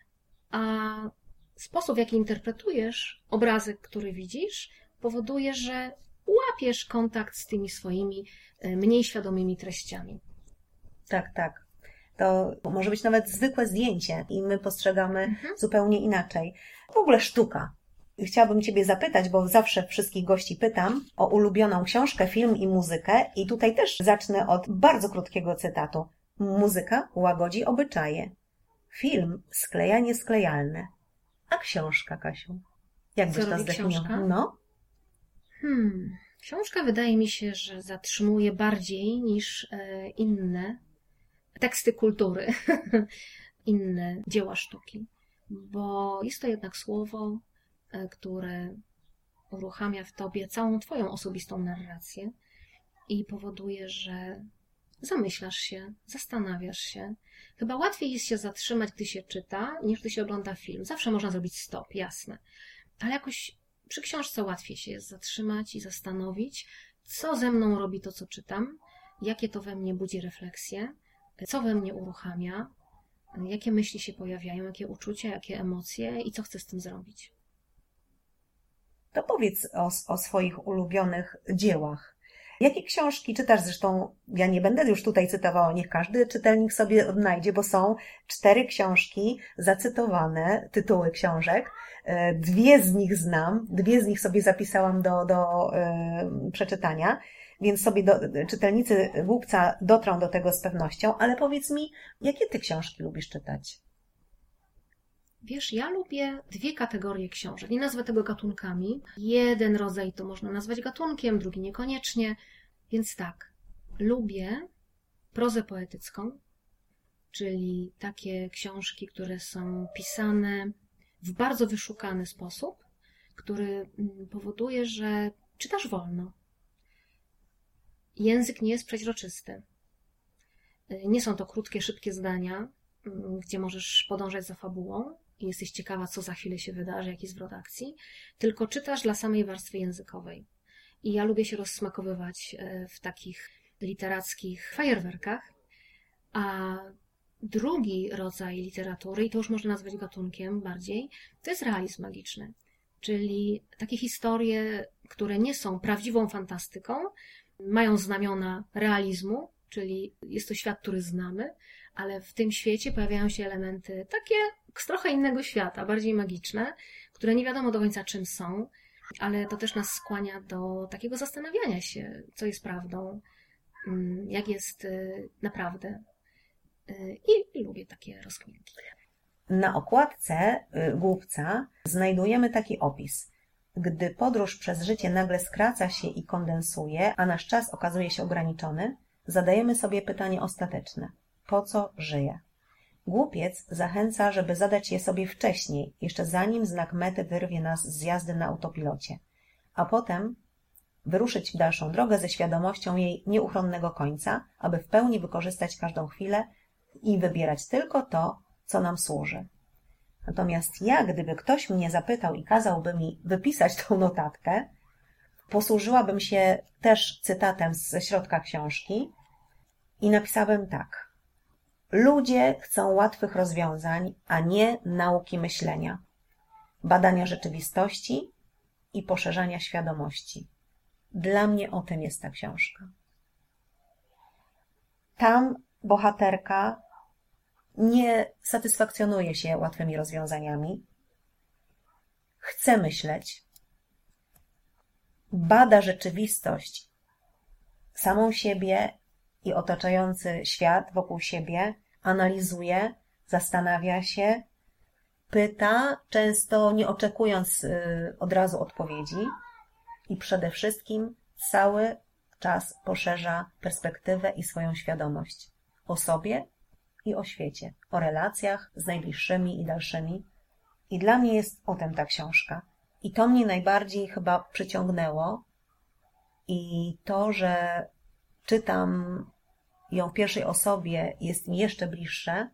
a sposób, w jaki interpretujesz obrazek, który widzisz, powoduje, że łapiesz kontakt z tymi swoimi mniej świadomymi treściami. Tak, tak. To może być nawet zwykłe zdjęcie i my postrzegamy mhm. zupełnie inaczej. W ogóle sztuka. Chciałabym ciebie zapytać, bo zawsze wszystkich gości pytam o ulubioną książkę, film i muzykę i tutaj też zacznę od bardzo krótkiego cytatu. Muzyka łagodzi obyczaje. Film skleja niesklejalne. A książka, Kasiu? Jak byś to zdefiniowała? No? Hmm. Książka wydaje mi się, że zatrzymuje bardziej niż e, inne teksty kultury, inne dzieła sztuki, bo jest to jednak słowo, e, które uruchamia w tobie całą twoją osobistą narrację i powoduje, że zamyślasz się, zastanawiasz się. Chyba łatwiej jest się zatrzymać, gdy się czyta, niż gdy się ogląda film. Zawsze można zrobić stop, jasne. Ale jakoś przy książce łatwiej się jest zatrzymać i zastanowić, co ze mną robi to, co czytam, jakie to we mnie budzi refleksje, co we mnie uruchamia, jakie myśli się pojawiają, jakie uczucia, jakie emocje i co chcę z tym zrobić. To powiedz o, o swoich ulubionych dziełach. Jakie książki czytasz? Zresztą ja nie będę już tutaj cytowała, niech każdy czytelnik sobie odnajdzie, bo są cztery książki zacytowane, tytuły książek. Dwie z nich znam, dwie z nich sobie zapisałam do, do yy, przeczytania, więc sobie do, czytelnicy Głupca dotrą do tego z pewnością, ale powiedz mi, jakie ty książki lubisz czytać? Wiesz, ja lubię dwie kategorie książek. Nie nazwę tego gatunkami. Jeden rodzaj to można nazwać gatunkiem, drugi niekoniecznie. Więc tak, lubię prozę poetycką, czyli takie książki, które są pisane w bardzo wyszukany sposób, który powoduje, że czytasz wolno. Język nie jest przeźroczysty. Nie są to krótkie, szybkie zdania, gdzie możesz podążać za fabułą i jesteś ciekawa, co za chwilę się wydarzy, jaki zwrot akcji, tylko czytasz dla samej warstwy językowej. I ja lubię się rozsmakowywać w takich literackich fajerwerkach. A drugi rodzaj literatury, i to już można nazwać gatunkiem bardziej, to jest realizm magiczny. Czyli takie historie, które nie są prawdziwą fantastyką, mają znamiona realizmu, czyli jest to świat, który znamy, ale w tym świecie pojawiają się elementy takie z trochę innego świata, bardziej magiczne, które nie wiadomo do końca czym są, ale to też nas skłania do takiego zastanawiania się, co jest prawdą, jak jest naprawdę. I, i lubię takie rozkminki. Na okładce Głupca znajdujemy taki opis. Gdy podróż przez życie nagle skraca się i kondensuje, a nasz czas okazuje się ograniczony, zadajemy sobie pytanie ostateczne. Po co żyję? Głupiec zachęca, żeby zadać je sobie wcześniej, jeszcze zanim znak mety wyrwie nas z jazdy na autopilocie. a potem wyruszyć w dalszą drogę ze świadomością jej nieuchronnego końca, aby w pełni wykorzystać każdą chwilę i wybierać tylko to, co nam służy. Natomiast ja, gdyby ktoś mnie zapytał i kazałby mi wypisać tą notatkę, posłużyłabym się też cytatem ze środka książki i napisałabym tak. Ludzie chcą łatwych rozwiązań, a nie nauki myślenia, badania rzeczywistości i poszerzania świadomości. Dla mnie o tym jest ta książka. Tam bohaterka nie satysfakcjonuje się łatwymi rozwiązaniami, chce myśleć, bada rzeczywistość, samą siebie i otaczający świat wokół siebie, analizuje, zastanawia się, pyta, często nie oczekując od razu odpowiedzi i przede wszystkim cały czas poszerza perspektywę i swoją świadomość o sobie i o świecie, o relacjach z najbliższymi i dalszymi. I dla mnie jest o tym ta książka. I to mnie najbardziej chyba przyciągnęło i to, że czytam ją w pierwszej osobie, jest mi jeszcze bliższe,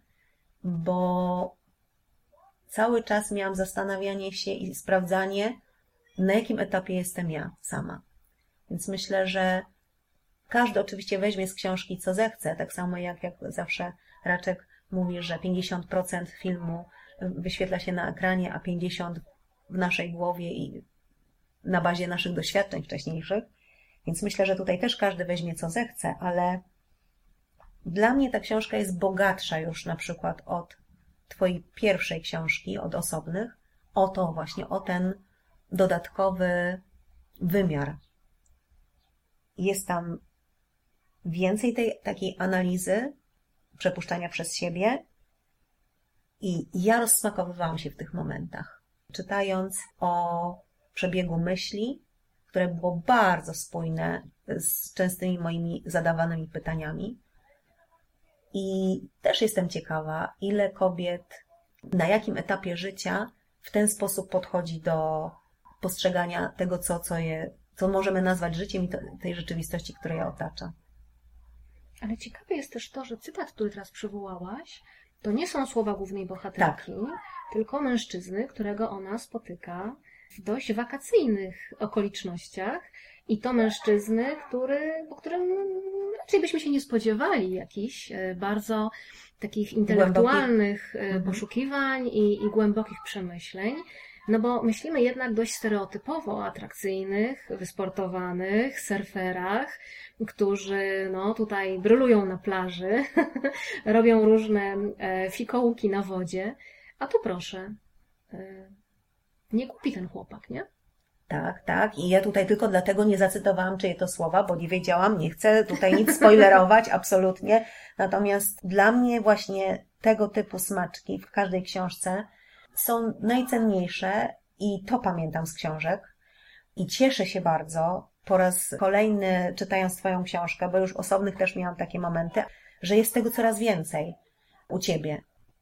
bo cały czas miałam zastanawianie się i sprawdzanie, na jakim etapie jestem ja sama. Więc myślę, że każdy oczywiście weźmie z książki co zechce, tak samo jak, jak zawsze Raczek mówi, że pięćdziesiąt procent filmu wyświetla się na ekranie, a pięćdziesiąt procent w naszej głowie i na bazie naszych doświadczeń wcześniejszych. Więc myślę, że tutaj też każdy weźmie co zechce, ale dla mnie ta książka jest bogatsza już na przykład od twojej pierwszej książki, od osobnych, o to właśnie, o ten dodatkowy wymiar. Jest tam więcej tej takiej analizy, przepuszczania przez siebie i ja rozsmakowywałam się w tych momentach, czytając o przebiegu myśli, które było bardzo spójne z częstymi moimi zadawanymi pytaniami. I też jestem ciekawa, ile kobiet na jakim etapie życia w ten sposób podchodzi do postrzegania tego, co, co, je, co możemy nazwać życiem i to, tej rzeczywistości, która je otacza. Ale ciekawe jest też to, że cytat, który teraz przywołałaś, to nie są słowa głównej bohaterki, tak, tylko mężczyzny, którego ona spotyka w dość wakacyjnych okolicznościach. I to mężczyzny, który, po którym raczej byśmy się nie spodziewali jakichś bardzo takich intelektualnych głębokich poszukiwań i, i głębokich przemyśleń. No bo myślimy jednak dość stereotypowo o atrakcyjnych, wysportowanych surferach, którzy no, tutaj brylują na plaży, robią różne fikołki na wodzie. A tu proszę, nie kupi ten chłopak, nie? Tak, tak. I ja tutaj tylko dlatego nie zacytowałam czyje to słowa, bo nie wiedziałam, nie chcę tutaj nic spoilerować, absolutnie. Natomiast dla mnie właśnie tego typu smaczki w każdej książce są najcenniejsze i to pamiętam z książek. I cieszę się bardzo po raz kolejny czytając twoją książkę, bo już osobnych też miałam takie momenty, że jest tego coraz więcej u ciebie.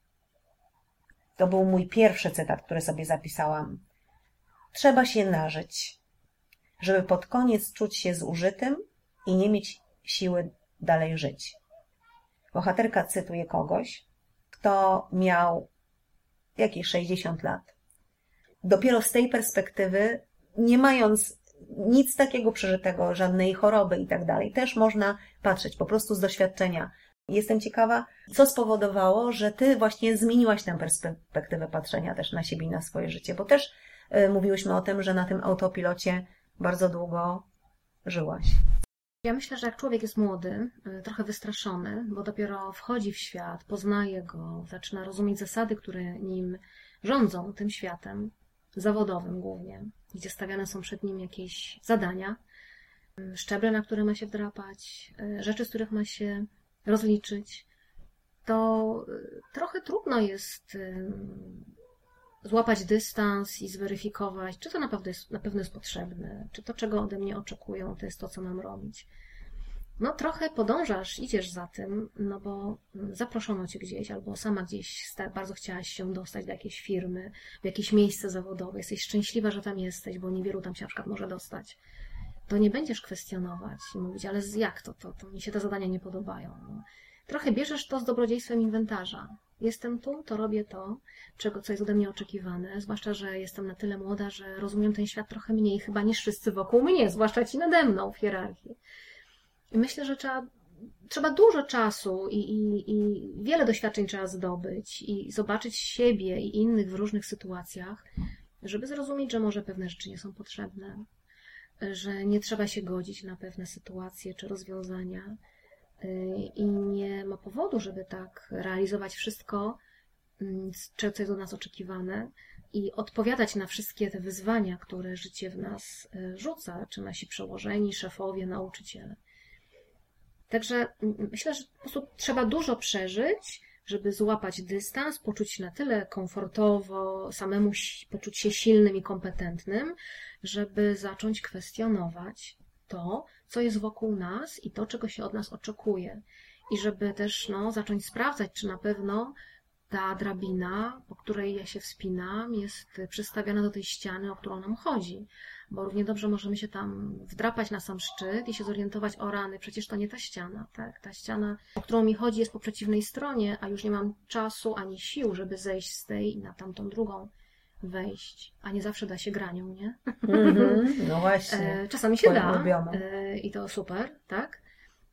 To był mój pierwszy cytat, który sobie zapisałam. Trzeba się nażyć, żeby pod koniec czuć się zużytym i nie mieć siły dalej żyć. Bohaterka cytuje kogoś, kto miał jakieś sześćdziesiąt lat. Dopiero z tej perspektywy, nie mając nic takiego przeżytego, żadnej choroby i tak dalej, też można patrzeć po prostu z doświadczenia. Jestem ciekawa, co spowodowało, że ty właśnie zmieniłaś tę perspektywę patrzenia też na siebie i na swoje życie, bo też mówiłyśmy o tym, że na tym autopilocie bardzo długo żyłaś. Ja myślę, że jak człowiek jest młody, trochę wystraszony, bo dopiero wchodzi w świat, poznaje go, zaczyna rozumieć zasady, które nim rządzą, tym światem, zawodowym głównie, gdzie stawiane są przed nim jakieś zadania, szczeble, na które ma się wdrapać, rzeczy, z których ma się rozliczyć, to trochę trudno jest złapać dystans i zweryfikować, czy to naprawdę jest, na pewno jest potrzebne, czy to, czego ode mnie oczekują, to jest to, co mam robić. no trochę podążasz, idziesz za tym, no bo zaproszono cię gdzieś, albo sama gdzieś bardzo chciałaś się dostać do jakiejś firmy, w jakieś miejsce zawodowe, jesteś szczęśliwa, że tam jesteś, bo niewielu tam się na przykład może dostać. To nie będziesz kwestionować i mówić, ale jak to, to, to mi się te zadania nie podobają. No. Trochę bierzesz to z dobrodziejstwem inwentarza. Jestem tu, to robię to, czego, co jest ode mnie oczekiwane, zwłaszcza, że jestem na tyle młoda, że rozumiem ten świat trochę mniej chyba niż wszyscy wokół mnie, zwłaszcza ci nade mną w hierarchii. I myślę, że trzeba, trzeba dużo czasu i, i, i wiele doświadczeń trzeba zdobyć i zobaczyć siebie i innych w różnych sytuacjach, żeby zrozumieć, że może pewne rzeczy nie są potrzebne, że nie trzeba się godzić na pewne sytuacje czy rozwiązania i nie ma powodu, żeby tak realizować wszystko, co jest od nas oczekiwane i odpowiadać na wszystkie te wyzwania, które życie w nas rzuca, czy nasi przełożeni, szefowie, nauczyciele. Także myślę, że po prostu trzeba dużo przeżyć, żeby złapać dystans, poczuć się na tyle komfortowo, samemu poczuć się silnym i kompetentnym, żeby zacząć kwestionować to, co jest wokół nas i to, czego się od nas oczekuje. I żeby też no, zacząć sprawdzać, czy na pewno ta drabina, po której ja się wspinam, jest przystawiona do tej ściany, o którą nam chodzi. Bo równie dobrze możemy się tam wdrapać na sam szczyt i się zorientować, o rany, przecież to nie ta ściana, tak? Ta ściana, o którą mi chodzi, jest po przeciwnej stronie, a już nie mam czasu ani sił, żeby zejść z tej i na tamtą drugą wejść. A nie zawsze da się granią, nie? Mm-hmm, no właśnie. Czasami się da i to super, tak?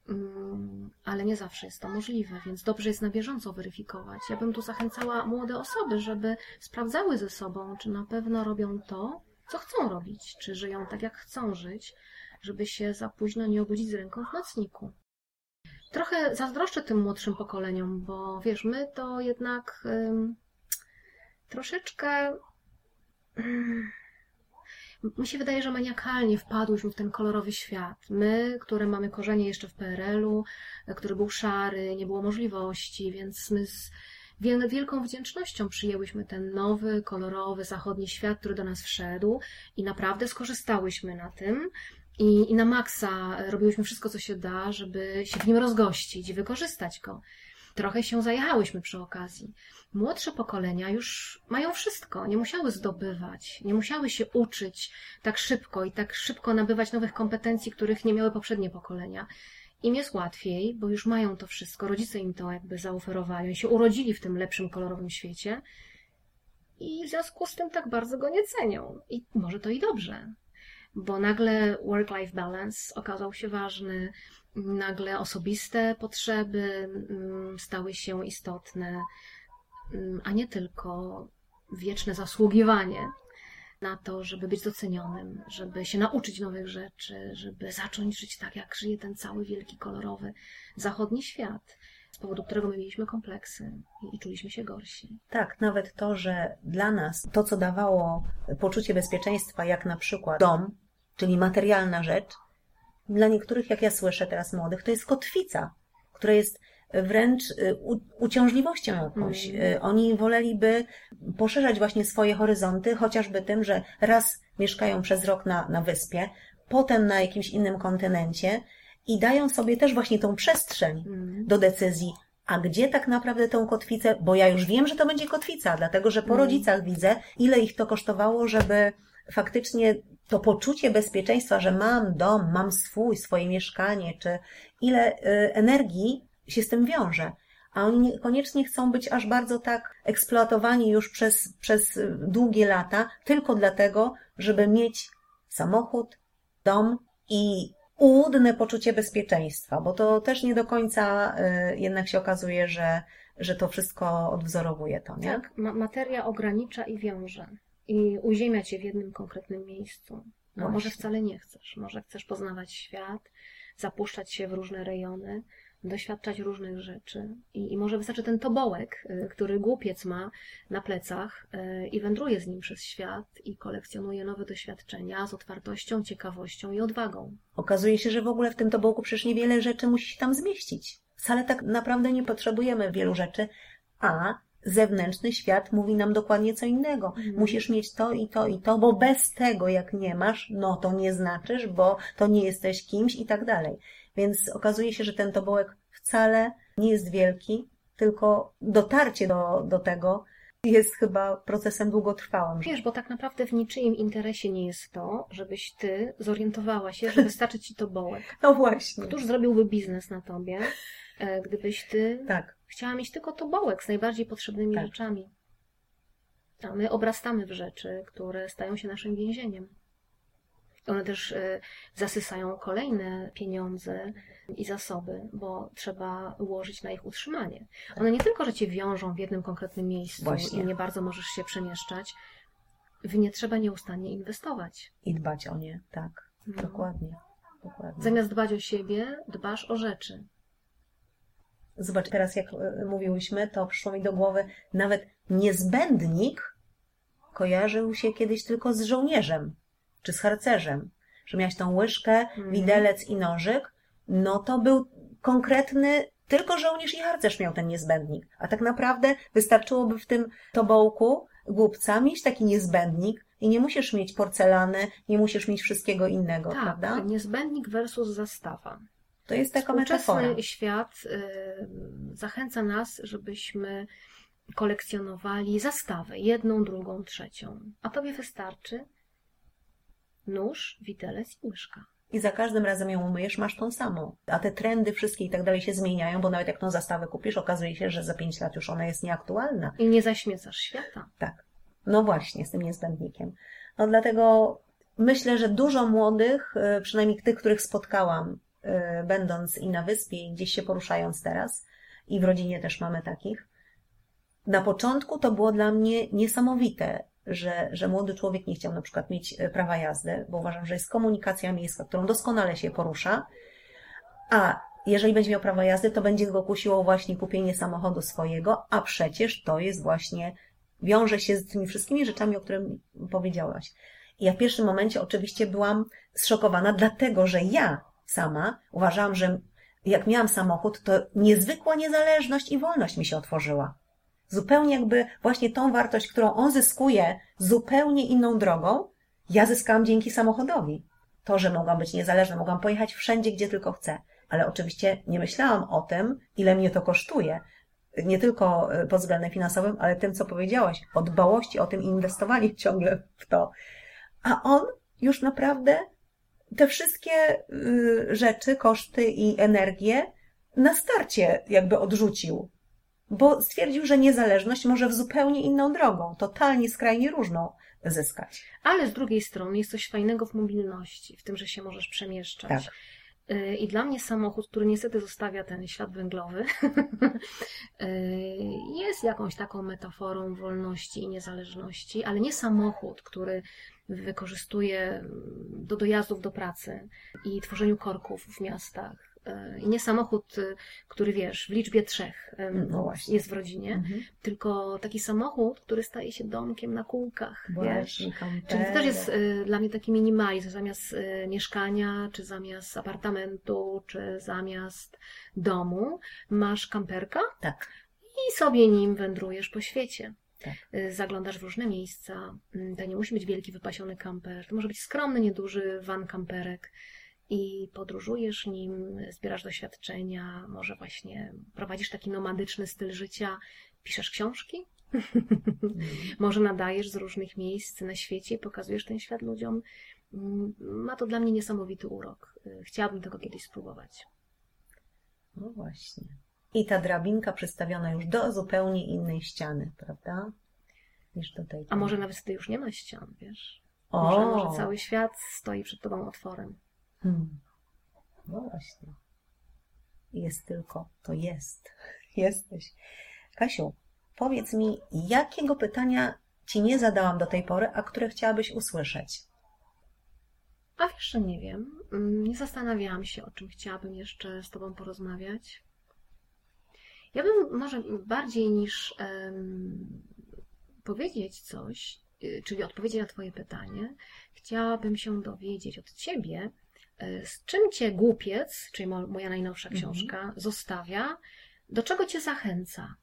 Ale nie zawsze jest to możliwe, więc dobrze jest na bieżąco weryfikować. Ja bym tu zachęcała młode osoby, żeby sprawdzały ze sobą, czy na pewno robią to, co chcą robić, czy żyją tak, jak chcą żyć, żeby się za późno nie obudzić z ręką w nocniku. Trochę zazdroszczę tym młodszym pokoleniom, bo wiesz, my to jednak ym, troszeczkę... Ym, mi się wydaje, że maniakalnie wpadłyśmy w ten kolorowy świat. My, które mamy korzenie jeszcze w P R L-u, który był szary, nie było możliwości, więc my z wielką wdzięcznością przyjęłyśmy ten nowy, kolorowy, zachodni świat, który do nas wszedł i naprawdę skorzystałyśmy na tym i, i na maksa robiłyśmy wszystko, co się da, żeby się w nim rozgościć i wykorzystać go. Trochę się zajechałyśmy przy okazji. Młodsze pokolenia już mają wszystko, nie musiały zdobywać, nie musiały się uczyć tak szybko i tak szybko nabywać nowych kompetencji, których nie miały poprzednie pokolenia. Im jest łatwiej, bo już mają to wszystko, rodzice im to jakby zaoferowali, się urodzili w tym lepszym, kolorowym świecie i w związku z tym tak bardzo go nie cenią. I może to i dobrze, bo nagle work-life balance okazał się ważny, nagle osobiste potrzeby stały się istotne, a nie tylko wieczne zasługiwanie na to, żeby być docenionym, żeby się nauczyć nowych rzeczy, żeby zacząć żyć tak, jak żyje ten cały wielki, kolorowy, zachodni świat, z powodu którego my mieliśmy kompleksy i, i czuliśmy się gorsi. Tak, nawet to, że dla nas to, co dawało poczucie bezpieczeństwa, jak na przykład dom, czyli materialna rzecz, dla niektórych, jak ja słyszę teraz młodych, to jest kotwica, która jest wręcz uciążliwością jakąś. Mm. Oni woleliby poszerzać właśnie swoje horyzonty, chociażby tym, że raz mieszkają przez rok na, na wyspie, potem na jakimś innym kontynencie i dają sobie też właśnie tą przestrzeń mm. do decyzji, a gdzie tak naprawdę tą kotwicę, bo ja już wiem, że to będzie kotwica, dlatego że po mm. rodzicach widzę, ile ich to kosztowało, żeby faktycznie to poczucie bezpieczeństwa, że mam dom, mam swój, swoje mieszkanie, czy ile energii się z tym wiąże. A oni niekoniecznie chcą być aż bardzo tak eksploatowani już przez, przez długie lata, tylko dlatego, żeby mieć samochód, dom i ułudne poczucie bezpieczeństwa, bo to też nie do końca jednak się okazuje, że, że to wszystko odwzorowuje to, nie? Tak, ma- materia ogranicza i wiąże. I uziemia cię w jednym konkretnym miejscu. No, może wcale nie chcesz. Może chcesz poznawać świat, zapuszczać się w różne rejony, doświadczać różnych rzeczy. I, i może wystarczy ten tobołek, który głupiec ma na plecach i wędruje z nim przez świat i kolekcjonuje nowe doświadczenia z otwartością, ciekawością i odwagą. Okazuje się, że w ogóle w tym tobołku przecież niewiele rzeczy musi się tam zmieścić. Wcale tak naprawdę nie potrzebujemy wielu rzeczy, a zewnętrzny świat mówi nam dokładnie co innego. Mhm. Musisz mieć to i to i to, bo bez tego jak nie masz, no to nie znaczysz, bo to nie jesteś kimś i tak dalej. Więc okazuje się, że ten tobołek wcale nie jest wielki, tylko dotarcie do, do tego jest chyba procesem długotrwałym. Wiesz, bo tak naprawdę w niczyim interesie nie jest to, żebyś ty zorientowała się, że wystarczy ci tobołek. No właśnie. Któż zrobiłby biznes na tobie, e, gdybyś ty Tak. chciała mieć tylko tobołek z najbardziej potrzebnymi Tak. rzeczami. A my obrastamy w rzeczy, które stają się naszym więzieniem. One też e, zasysają kolejne pieniądze i zasoby, bo trzeba ułożyć na ich utrzymanie. One nie tylko, że cię wiążą w jednym konkretnym miejscu Właśnie. i nie bardzo możesz się przemieszczać, w nie trzeba nieustannie inwestować. I dbać o nie, tak. No. Dokładnie. Dokładnie. Zamiast dbać o siebie, dbasz o rzeczy. Zobacz, teraz jak y, mówiłyśmy, to przyszło mi do głowy, nawet niezbędnik kojarzył się kiedyś tylko z żołnierzem, czy z harcerzem. Że miałeś tą łyżkę, Mhm. widelec i nożyk, no to był konkretny, tylko żołnierz i harcerz miał ten niezbędnik. A tak naprawdę wystarczyłoby w tym tobołku głupca mieć taki niezbędnik i nie musisz mieć porcelany, nie musisz mieć wszystkiego innego, Tak, prawda? niezbędnik versus zastawa. To jest taka metafora. Współczesny świat y, zachęca nas, żebyśmy kolekcjonowali zastawy, jedną, drugą, trzecią. A tobie wystarczy nóż, widelec i łyżka. I za każdym razem ją umyjesz, masz tą samą. A te trendy wszystkie i tak dalej się zmieniają, bo nawet jak tą zastawę kupisz, okazuje się, że za pięć lat już ona jest nieaktualna. I nie zaśmiecasz świata. Tak. No właśnie, z tym niezbędnikiem. No dlatego myślę, że dużo młodych, y, przynajmniej tych, których spotkałam, y, będąc i na wyspie, i gdzieś się poruszając teraz, i w rodzinie też mamy takich, na początku to było dla mnie niesamowite, że, że młody człowiek nie chciał na przykład mieć prawa jazdy, bo uważam, że jest komunikacja miejska, którą doskonale się porusza, a jeżeli będzie miał prawo jazdy, to będzie go kusiło właśnie kupienie samochodu swojego, a przecież to jest właśnie, wiąże się z tymi wszystkimi rzeczami, o których powiedziałaś. I ja w pierwszym momencie oczywiście byłam zszokowana, dlatego że ja sama uważałam, że jak miałam samochód, to niezwykła niezależność i wolność mi się otworzyła. Zupełnie jakby właśnie tą wartość, którą on zyskuje zupełnie inną drogą, ja zyskałam dzięki samochodowi. To, że mogłam być niezależna, mogłam pojechać wszędzie, gdzie tylko chcę. Ale oczywiście nie myślałam o tym, ile mnie to kosztuje. Nie tylko pod względem finansowym, ale tym, co powiedziałaś, o dbałości, o tym inwestowanie ciągle w to. A on już naprawdę te wszystkie rzeczy, koszty i energię na starcie jakby odrzucił. Bo stwierdził, że niezależność może w zupełnie inną drogą, totalnie skrajnie różną zyskać. Ale z drugiej strony jest coś fajnego w mobilności, w tym, że się możesz przemieszczać. Tak. I dla mnie samochód, który niestety zostawia ten ślad węglowy, jest jakąś taką metaforą wolności i niezależności, ale nie samochód, który wykorzystuje do dojazdów do pracy i tworzeniu korków w miastach. I nie samochód, który wiesz, w liczbie trzech No właśnie. jest w rodzinie, Mhm. tylko taki samochód, który staje się domkiem na kółkach, Właśnie, wiesz. kamperek. Czyli to też jest y, dla mnie taki minimalizm, zamiast y, mieszkania, czy zamiast apartamentu, czy zamiast domu, masz kamperka Tak. i sobie nim wędrujesz po świecie. Tak. Y, Zaglądasz w różne miejsca. Y, To nie musi być wielki, wypasiony kamper. To może być skromny, nieduży van kamperek. I podróżujesz nim, zbierasz doświadczenia, może właśnie prowadzisz taki nomadyczny styl życia, piszesz książki, może nadajesz z różnych miejsc na świecie i pokazujesz ten świat ludziom. Ma to dla mnie niesamowity urok. Chciałabym tego kiedyś spróbować. No właśnie. I ta drabinka przystawiona już do zupełnie innej ściany, prawda? Niż do tej. A może nawet wtedy już nie ma ścian, wiesz? O! Może, może cały świat stoi przed tobą otworem. Hmm. No właśnie. Jest tylko, to jest. Jesteś. Kasiu, powiedz mi, jakiego pytania Ci nie zadałam do tej pory, a które chciałabyś usłyszeć? A wiesz, że nie wiem. Nie zastanawiałam się, o czym chciałabym jeszcze z Tobą porozmawiać. Ja bym może bardziej niż um, powiedzieć coś, czyli odpowiedzieć na Twoje pytanie, chciałabym się dowiedzieć od Ciebie, z czym Cię głupiec, czyli moja najnowsza książka, mhm. zostawia, do czego Cię zachęca.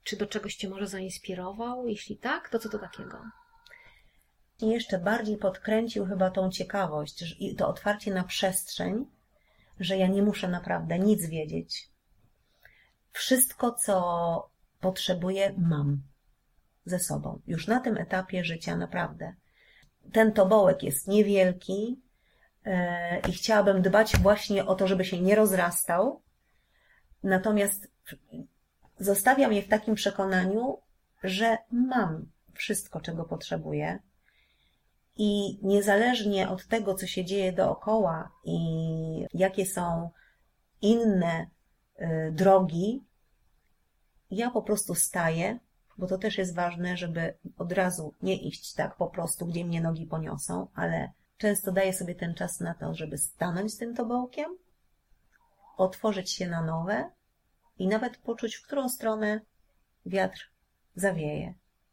Czy do czegoś Cię może zainspirował? Jeśli tak, to co to takiego? I jeszcze bardziej podkręcił chyba tą ciekawość i to otwarcie na przestrzeń, że ja nie muszę naprawdę nic wiedzieć. Wszystko, co potrzebuję, mam ze sobą. Już na tym etapie życia naprawdę. Ten tobołek jest niewielki yy, i chciałabym dbać właśnie o to, żeby się nie rozrastał. Natomiast zostawiam je w takim przekonaniu, że mam wszystko, czego potrzebuję. I niezależnie od tego, co się dzieje dookoła i jakie są inne y, drogi, ja po prostu staję, bo to też jest ważne, żeby od razu nie iść tak po prostu, gdzie mnie nogi poniosą, ale często daję sobie ten czas na to, żeby stanąć z tym tobołkiem, otworzyć się na nowe i nawet poczuć, w którą stronę wiatr zawieje.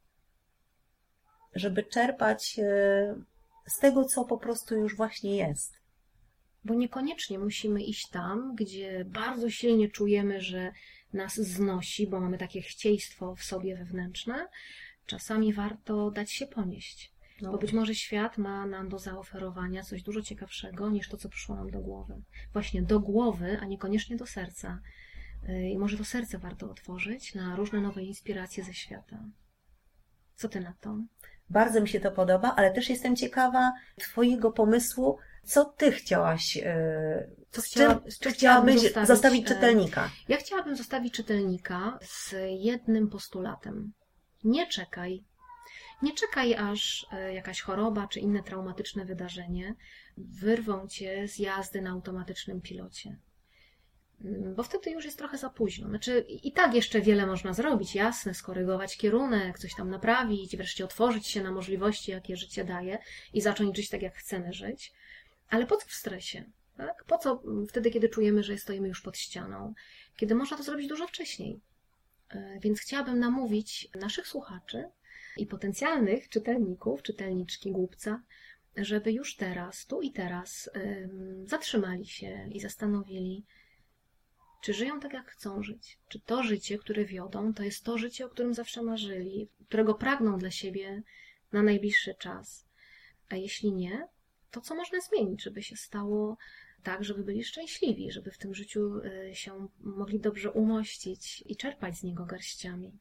Żeby czerpać z tego, co po prostu już właśnie jest. Bo niekoniecznie musimy iść tam, gdzie bardzo silnie czujemy, że nas znosi, bo mamy takie chcieństwo w sobie wewnętrzne. Czasami warto dać się ponieść. No. Bo być może świat ma nam do zaoferowania coś dużo ciekawszego niż to, co przyszło nam do głowy. Właśnie do głowy, a niekoniecznie do serca. I może to serce warto otworzyć na różne nowe inspiracje ze świata. Co Ty na to? Bardzo mi się to podoba, ale też jestem ciekawa Twojego pomysłu, co Ty chciałaś, co z chciała, czym, z czy czym chciałabyś zostawić, zostawić czytelnika? Ja chciałabym zostawić czytelnika z jednym postulatem. Nie czekaj. Nie czekaj, aż jakaś choroba czy inne traumatyczne wydarzenie wyrwą Cię z jazdy na automatycznym pilocie. Bo wtedy już jest trochę za późno. Znaczy, i tak jeszcze wiele można zrobić, jasne, skorygować kierunek, coś tam naprawić, wreszcie otworzyć się na możliwości, jakie życie daje i zacząć żyć tak, jak chcemy żyć. Ale po co w stresie? Tak? Po co wtedy, kiedy czujemy, że stoimy już pod ścianą? Kiedy można to zrobić dużo wcześniej. Więc chciałabym namówić naszych słuchaczy i potencjalnych czytelników, czytelniczki Głupca, żeby już teraz, tu i teraz zatrzymali się i zastanowili, czy żyją tak, jak chcą żyć? Czy to życie, które wiodą, to jest to życie, o którym zawsze marzyli, którego pragną dla siebie na najbliższy czas? A jeśli nie, to co można zmienić, żeby się stało tak, żeby byli szczęśliwi, żeby w tym życiu się mogli dobrze umościć i czerpać z niego garściami?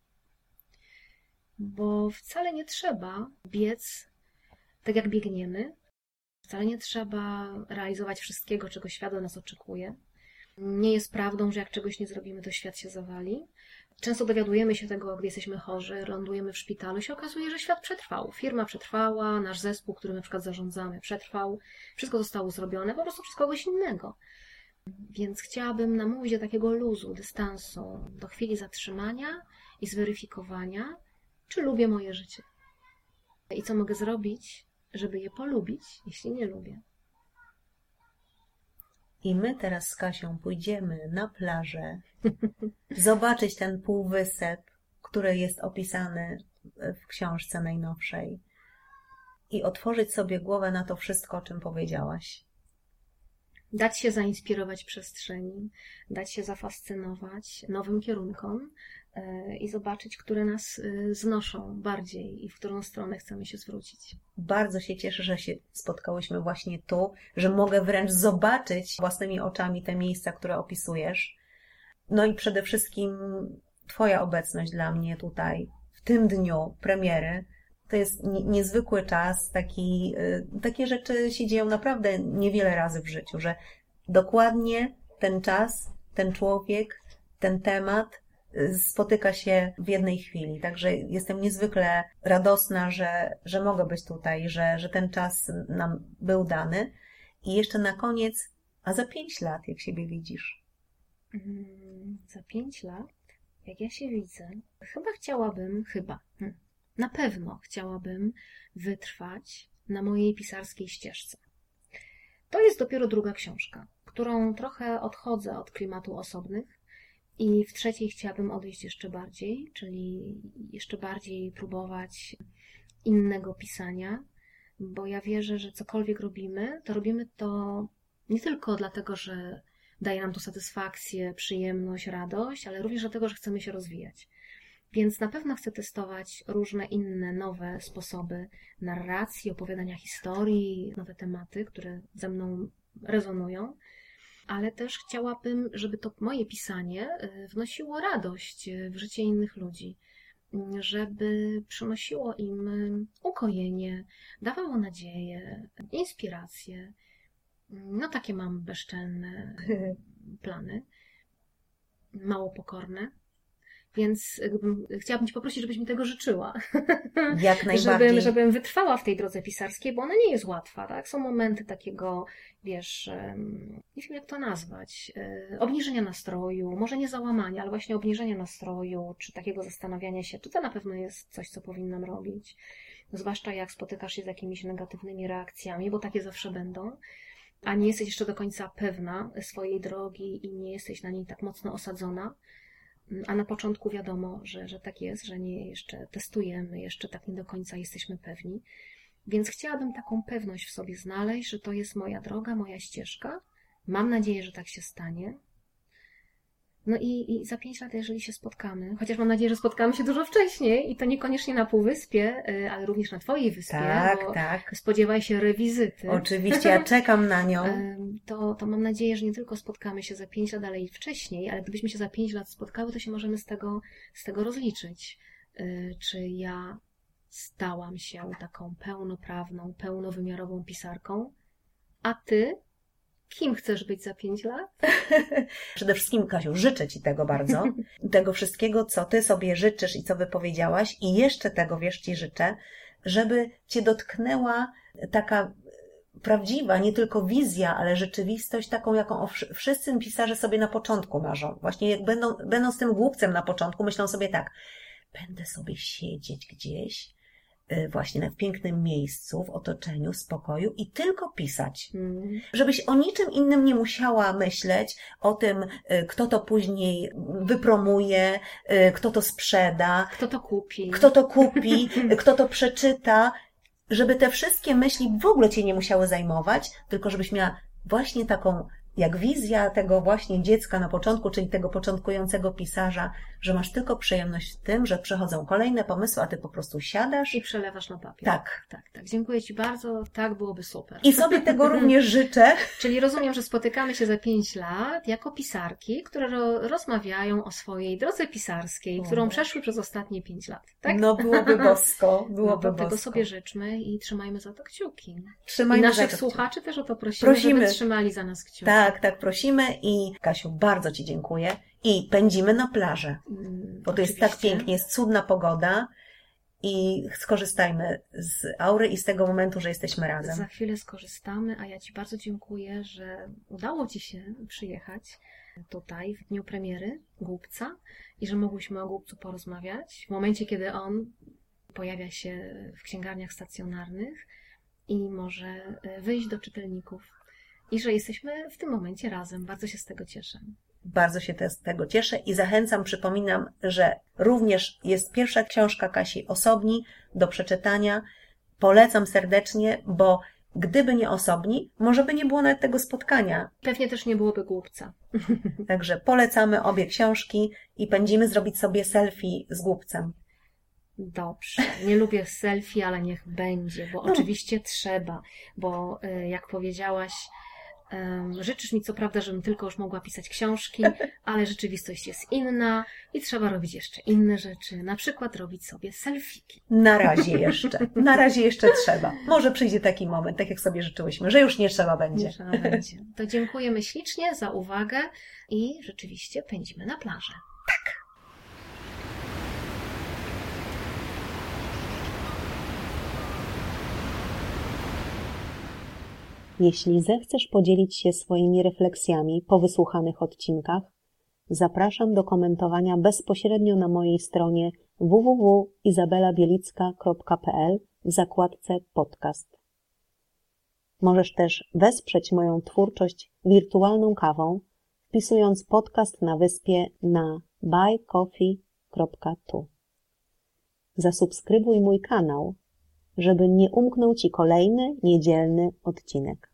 Bo wcale nie trzeba biec tak, jak biegniemy. Wcale nie trzeba realizować wszystkiego, czego świat od nas oczekuje. Nie jest prawdą, że jak czegoś nie zrobimy, to świat się zawali. Często dowiadujemy się tego, gdy jesteśmy chorzy, lądujemy w szpitalu i się okazuje, że świat przetrwał. Firma przetrwała, nasz zespół, którym na przykład zarządzamy, przetrwał. Wszystko zostało zrobione po prostu przez kogoś innego. Więc chciałabym namówić do takiego luzu, dystansu, do chwili zatrzymania i zweryfikowania, czy lubię moje życie. I co mogę zrobić, żeby je polubić, jeśli nie lubię. I my teraz z Kasią pójdziemy na plażę, zobaczyć ten półwysep, który jest opisany w książce najnowszej i otworzyć sobie głowę na to wszystko, o czym powiedziałaś. Dać się zainspirować przestrzeni, dać się zafascynować nowym kierunkom i zobaczyć, które nas znoszą bardziej i w którą stronę chcemy się zwrócić. Bardzo się cieszę, że się spotkałyśmy właśnie tu, że mogę wręcz zobaczyć własnymi oczami te miejsca, które opisujesz. No i przede wszystkim Twoja obecność dla mnie tutaj, w tym dniu premiery. To jest niezwykły czas, taki, takie rzeczy się dzieją naprawdę niewiele razy w życiu, że dokładnie ten czas, ten człowiek, ten temat spotyka się w jednej chwili. Także jestem niezwykle radosna, że, że mogę być tutaj, że, że ten czas nam był dany. I jeszcze na koniec, a za pięć lat, jak siebie widzisz? Hmm, za pięć lat, jak ja się widzę, chyba chciałabym, chyba, hmm, na pewno chciałabym wytrwać na mojej pisarskiej ścieżce. To jest dopiero druga książka, którą trochę odchodzę od klimatu osobnych i w trzeciej chciałabym odejść jeszcze bardziej, czyli jeszcze bardziej próbować innego pisania, bo ja wierzę, że cokolwiek robimy, to robimy to nie tylko dlatego, że daje nam to satysfakcję, przyjemność, radość, ale również dlatego, że chcemy się rozwijać. Więc na pewno chcę testować różne inne, nowe sposoby narracji, opowiadania historii, nowe tematy, które ze mną rezonują, ale też chciałabym, żeby to moje pisanie wnosiło radość w życie innych ludzi, żeby przynosiło im ukojenie, dawało nadzieję, inspirację. No takie mam bezczelne plany, mało pokorne. Więc chciałabym Cię poprosić, żebyś mi tego życzyła. Jak najbardziej. Żebym, żebym wytrwała w tej drodze pisarskiej, bo ona nie jest łatwa, tak? Są momenty takiego, wiesz, nie wiem jak to nazwać, obniżenia nastroju, może nie załamania, ale właśnie obniżenia nastroju, czy takiego zastanawiania się, czy to na pewno jest coś, co powinnam robić. Zwłaszcza jak spotykasz się z jakimiś negatywnymi reakcjami, bo takie zawsze będą, a nie jesteś jeszcze do końca pewna swojej drogi i nie jesteś na niej tak mocno osadzona. A na początku wiadomo, że, że tak jest, że nie jeszcze testujemy, jeszcze tak nie do końca jesteśmy pewni. Więc chciałabym taką pewność w sobie znaleźć, że to jest moja droga, moja ścieżka. Mam nadzieję, że tak się stanie. No i, i za pięć lat, jeżeli się spotkamy, chociaż mam nadzieję, że spotkamy się dużo wcześniej i to niekoniecznie na Półwyspie, ale również na Twojej wyspie, tak, bo tak. spodziewaj się rewizyty. Oczywiście, ja czekam na nią. To, to mam nadzieję, że nie tylko spotkamy się za pięć lat, ale i wcześniej, ale gdybyśmy się za pięć lat spotkały, to się możemy z tego, z tego rozliczyć. Czy ja stałam się taką pełnoprawną, pełnowymiarową pisarką, a Ty kim chcesz być za pięć lat? Przede wszystkim, Kasiu, życzę Ci tego bardzo. Tego wszystkiego, co Ty sobie życzysz i co wypowiedziałaś. I jeszcze tego, wiesz, Ci życzę, żeby Cię dotknęła taka prawdziwa, nie tylko wizja, ale rzeczywistość taką, jaką wszyscy pisarze sobie na początku marzą. Właśnie jak będą, będąc tym głupcem na początku, myślą sobie tak, będę sobie siedzieć gdzieś, właśnie w pięknym miejscu, w otoczeniu, spokoju i tylko pisać. Mm. Żebyś o niczym innym nie musiała myśleć, o tym, kto to później wypromuje, kto to sprzeda, kto to kupi, kto to, kupi, kto to przeczyta, żeby te wszystkie myśli w ogóle Cię nie musiały zajmować, tylko żebyś miała właśnie taką, jak wizja tego właśnie dziecka na początku, czyli tego początkującego pisarza, że masz tylko przyjemność w tym, że przychodzą kolejne pomysły, a Ty po prostu siadasz i przelewasz na papier. Tak. Tak, tak. Dziękuję Ci bardzo. Tak byłoby super. I sobie tego również życzę. Czyli rozumiem, że spotykamy się za pięć lat jako pisarki, które ro- rozmawiają o swojej drodze pisarskiej, o. którą przeszły przez ostatnie pięć lat. Tak? No byłoby bosko. Byłoby no, bosko. Tego sobie życzmy i trzymajmy za to kciuki. Trzymajmy I naszych za to słuchaczy też o to prosimy, prosimy, żeby trzymali za nas kciuki. Tak, tak, prosimy i Kasiu, bardzo Ci dziękuję. I pędzimy na plażę, bo to jest tak pięknie, jest cudna pogoda i skorzystajmy z aury i z tego momentu, że jesteśmy razem. Za chwilę skorzystamy, a ja Ci bardzo dziękuję, że udało Ci się przyjechać tutaj w dniu premiery Głupca i że mogłyśmy o Głupcu porozmawiać w momencie, kiedy on pojawia się w księgarniach stacjonarnych i może wyjść do czytelników i że jesteśmy w tym momencie razem. Bardzo się z tego cieszę. Bardzo się z tego cieszę i zachęcam, przypominam, że również jest pierwsza książka Kasi Osobni do przeczytania. Polecam serdecznie, bo gdyby nie Osobni, może by nie było nawet tego spotkania. Pewnie też nie byłoby Głupca. Także polecamy obie książki i pędzimy zrobić sobie selfie z Głupcem. Dobrze. Nie lubię selfie, ale niech będzie, bo no. Oczywiście trzeba, bo jak powiedziałaś, życzysz mi co prawda, żebym tylko już mogła pisać książki, ale rzeczywistość jest inna i trzeba robić jeszcze inne rzeczy, na przykład robić sobie selfiki. Na razie jeszcze, na razie jeszcze trzeba. Może przyjdzie taki moment, tak jak sobie życzyłyśmy, że już nie trzeba będzie. Nie trzeba będzie. To dziękujemy ślicznie za uwagę i rzeczywiście pędzimy na plażę. Tak. Jeśli zechcesz podzielić się swoimi refleksjami po wysłuchanych odcinkach, zapraszam do komentowania bezpośrednio na mojej stronie w w w kropka izabela bielicka kropka p l w zakładce podcast. Możesz też wesprzeć moją twórczość wirtualną kawą, wpisując podcast na wyspie na buy coffee kropka tu. Zasubskrybuj mój kanał, żeby nie umknął Ci kolejny niedzielny odcinek.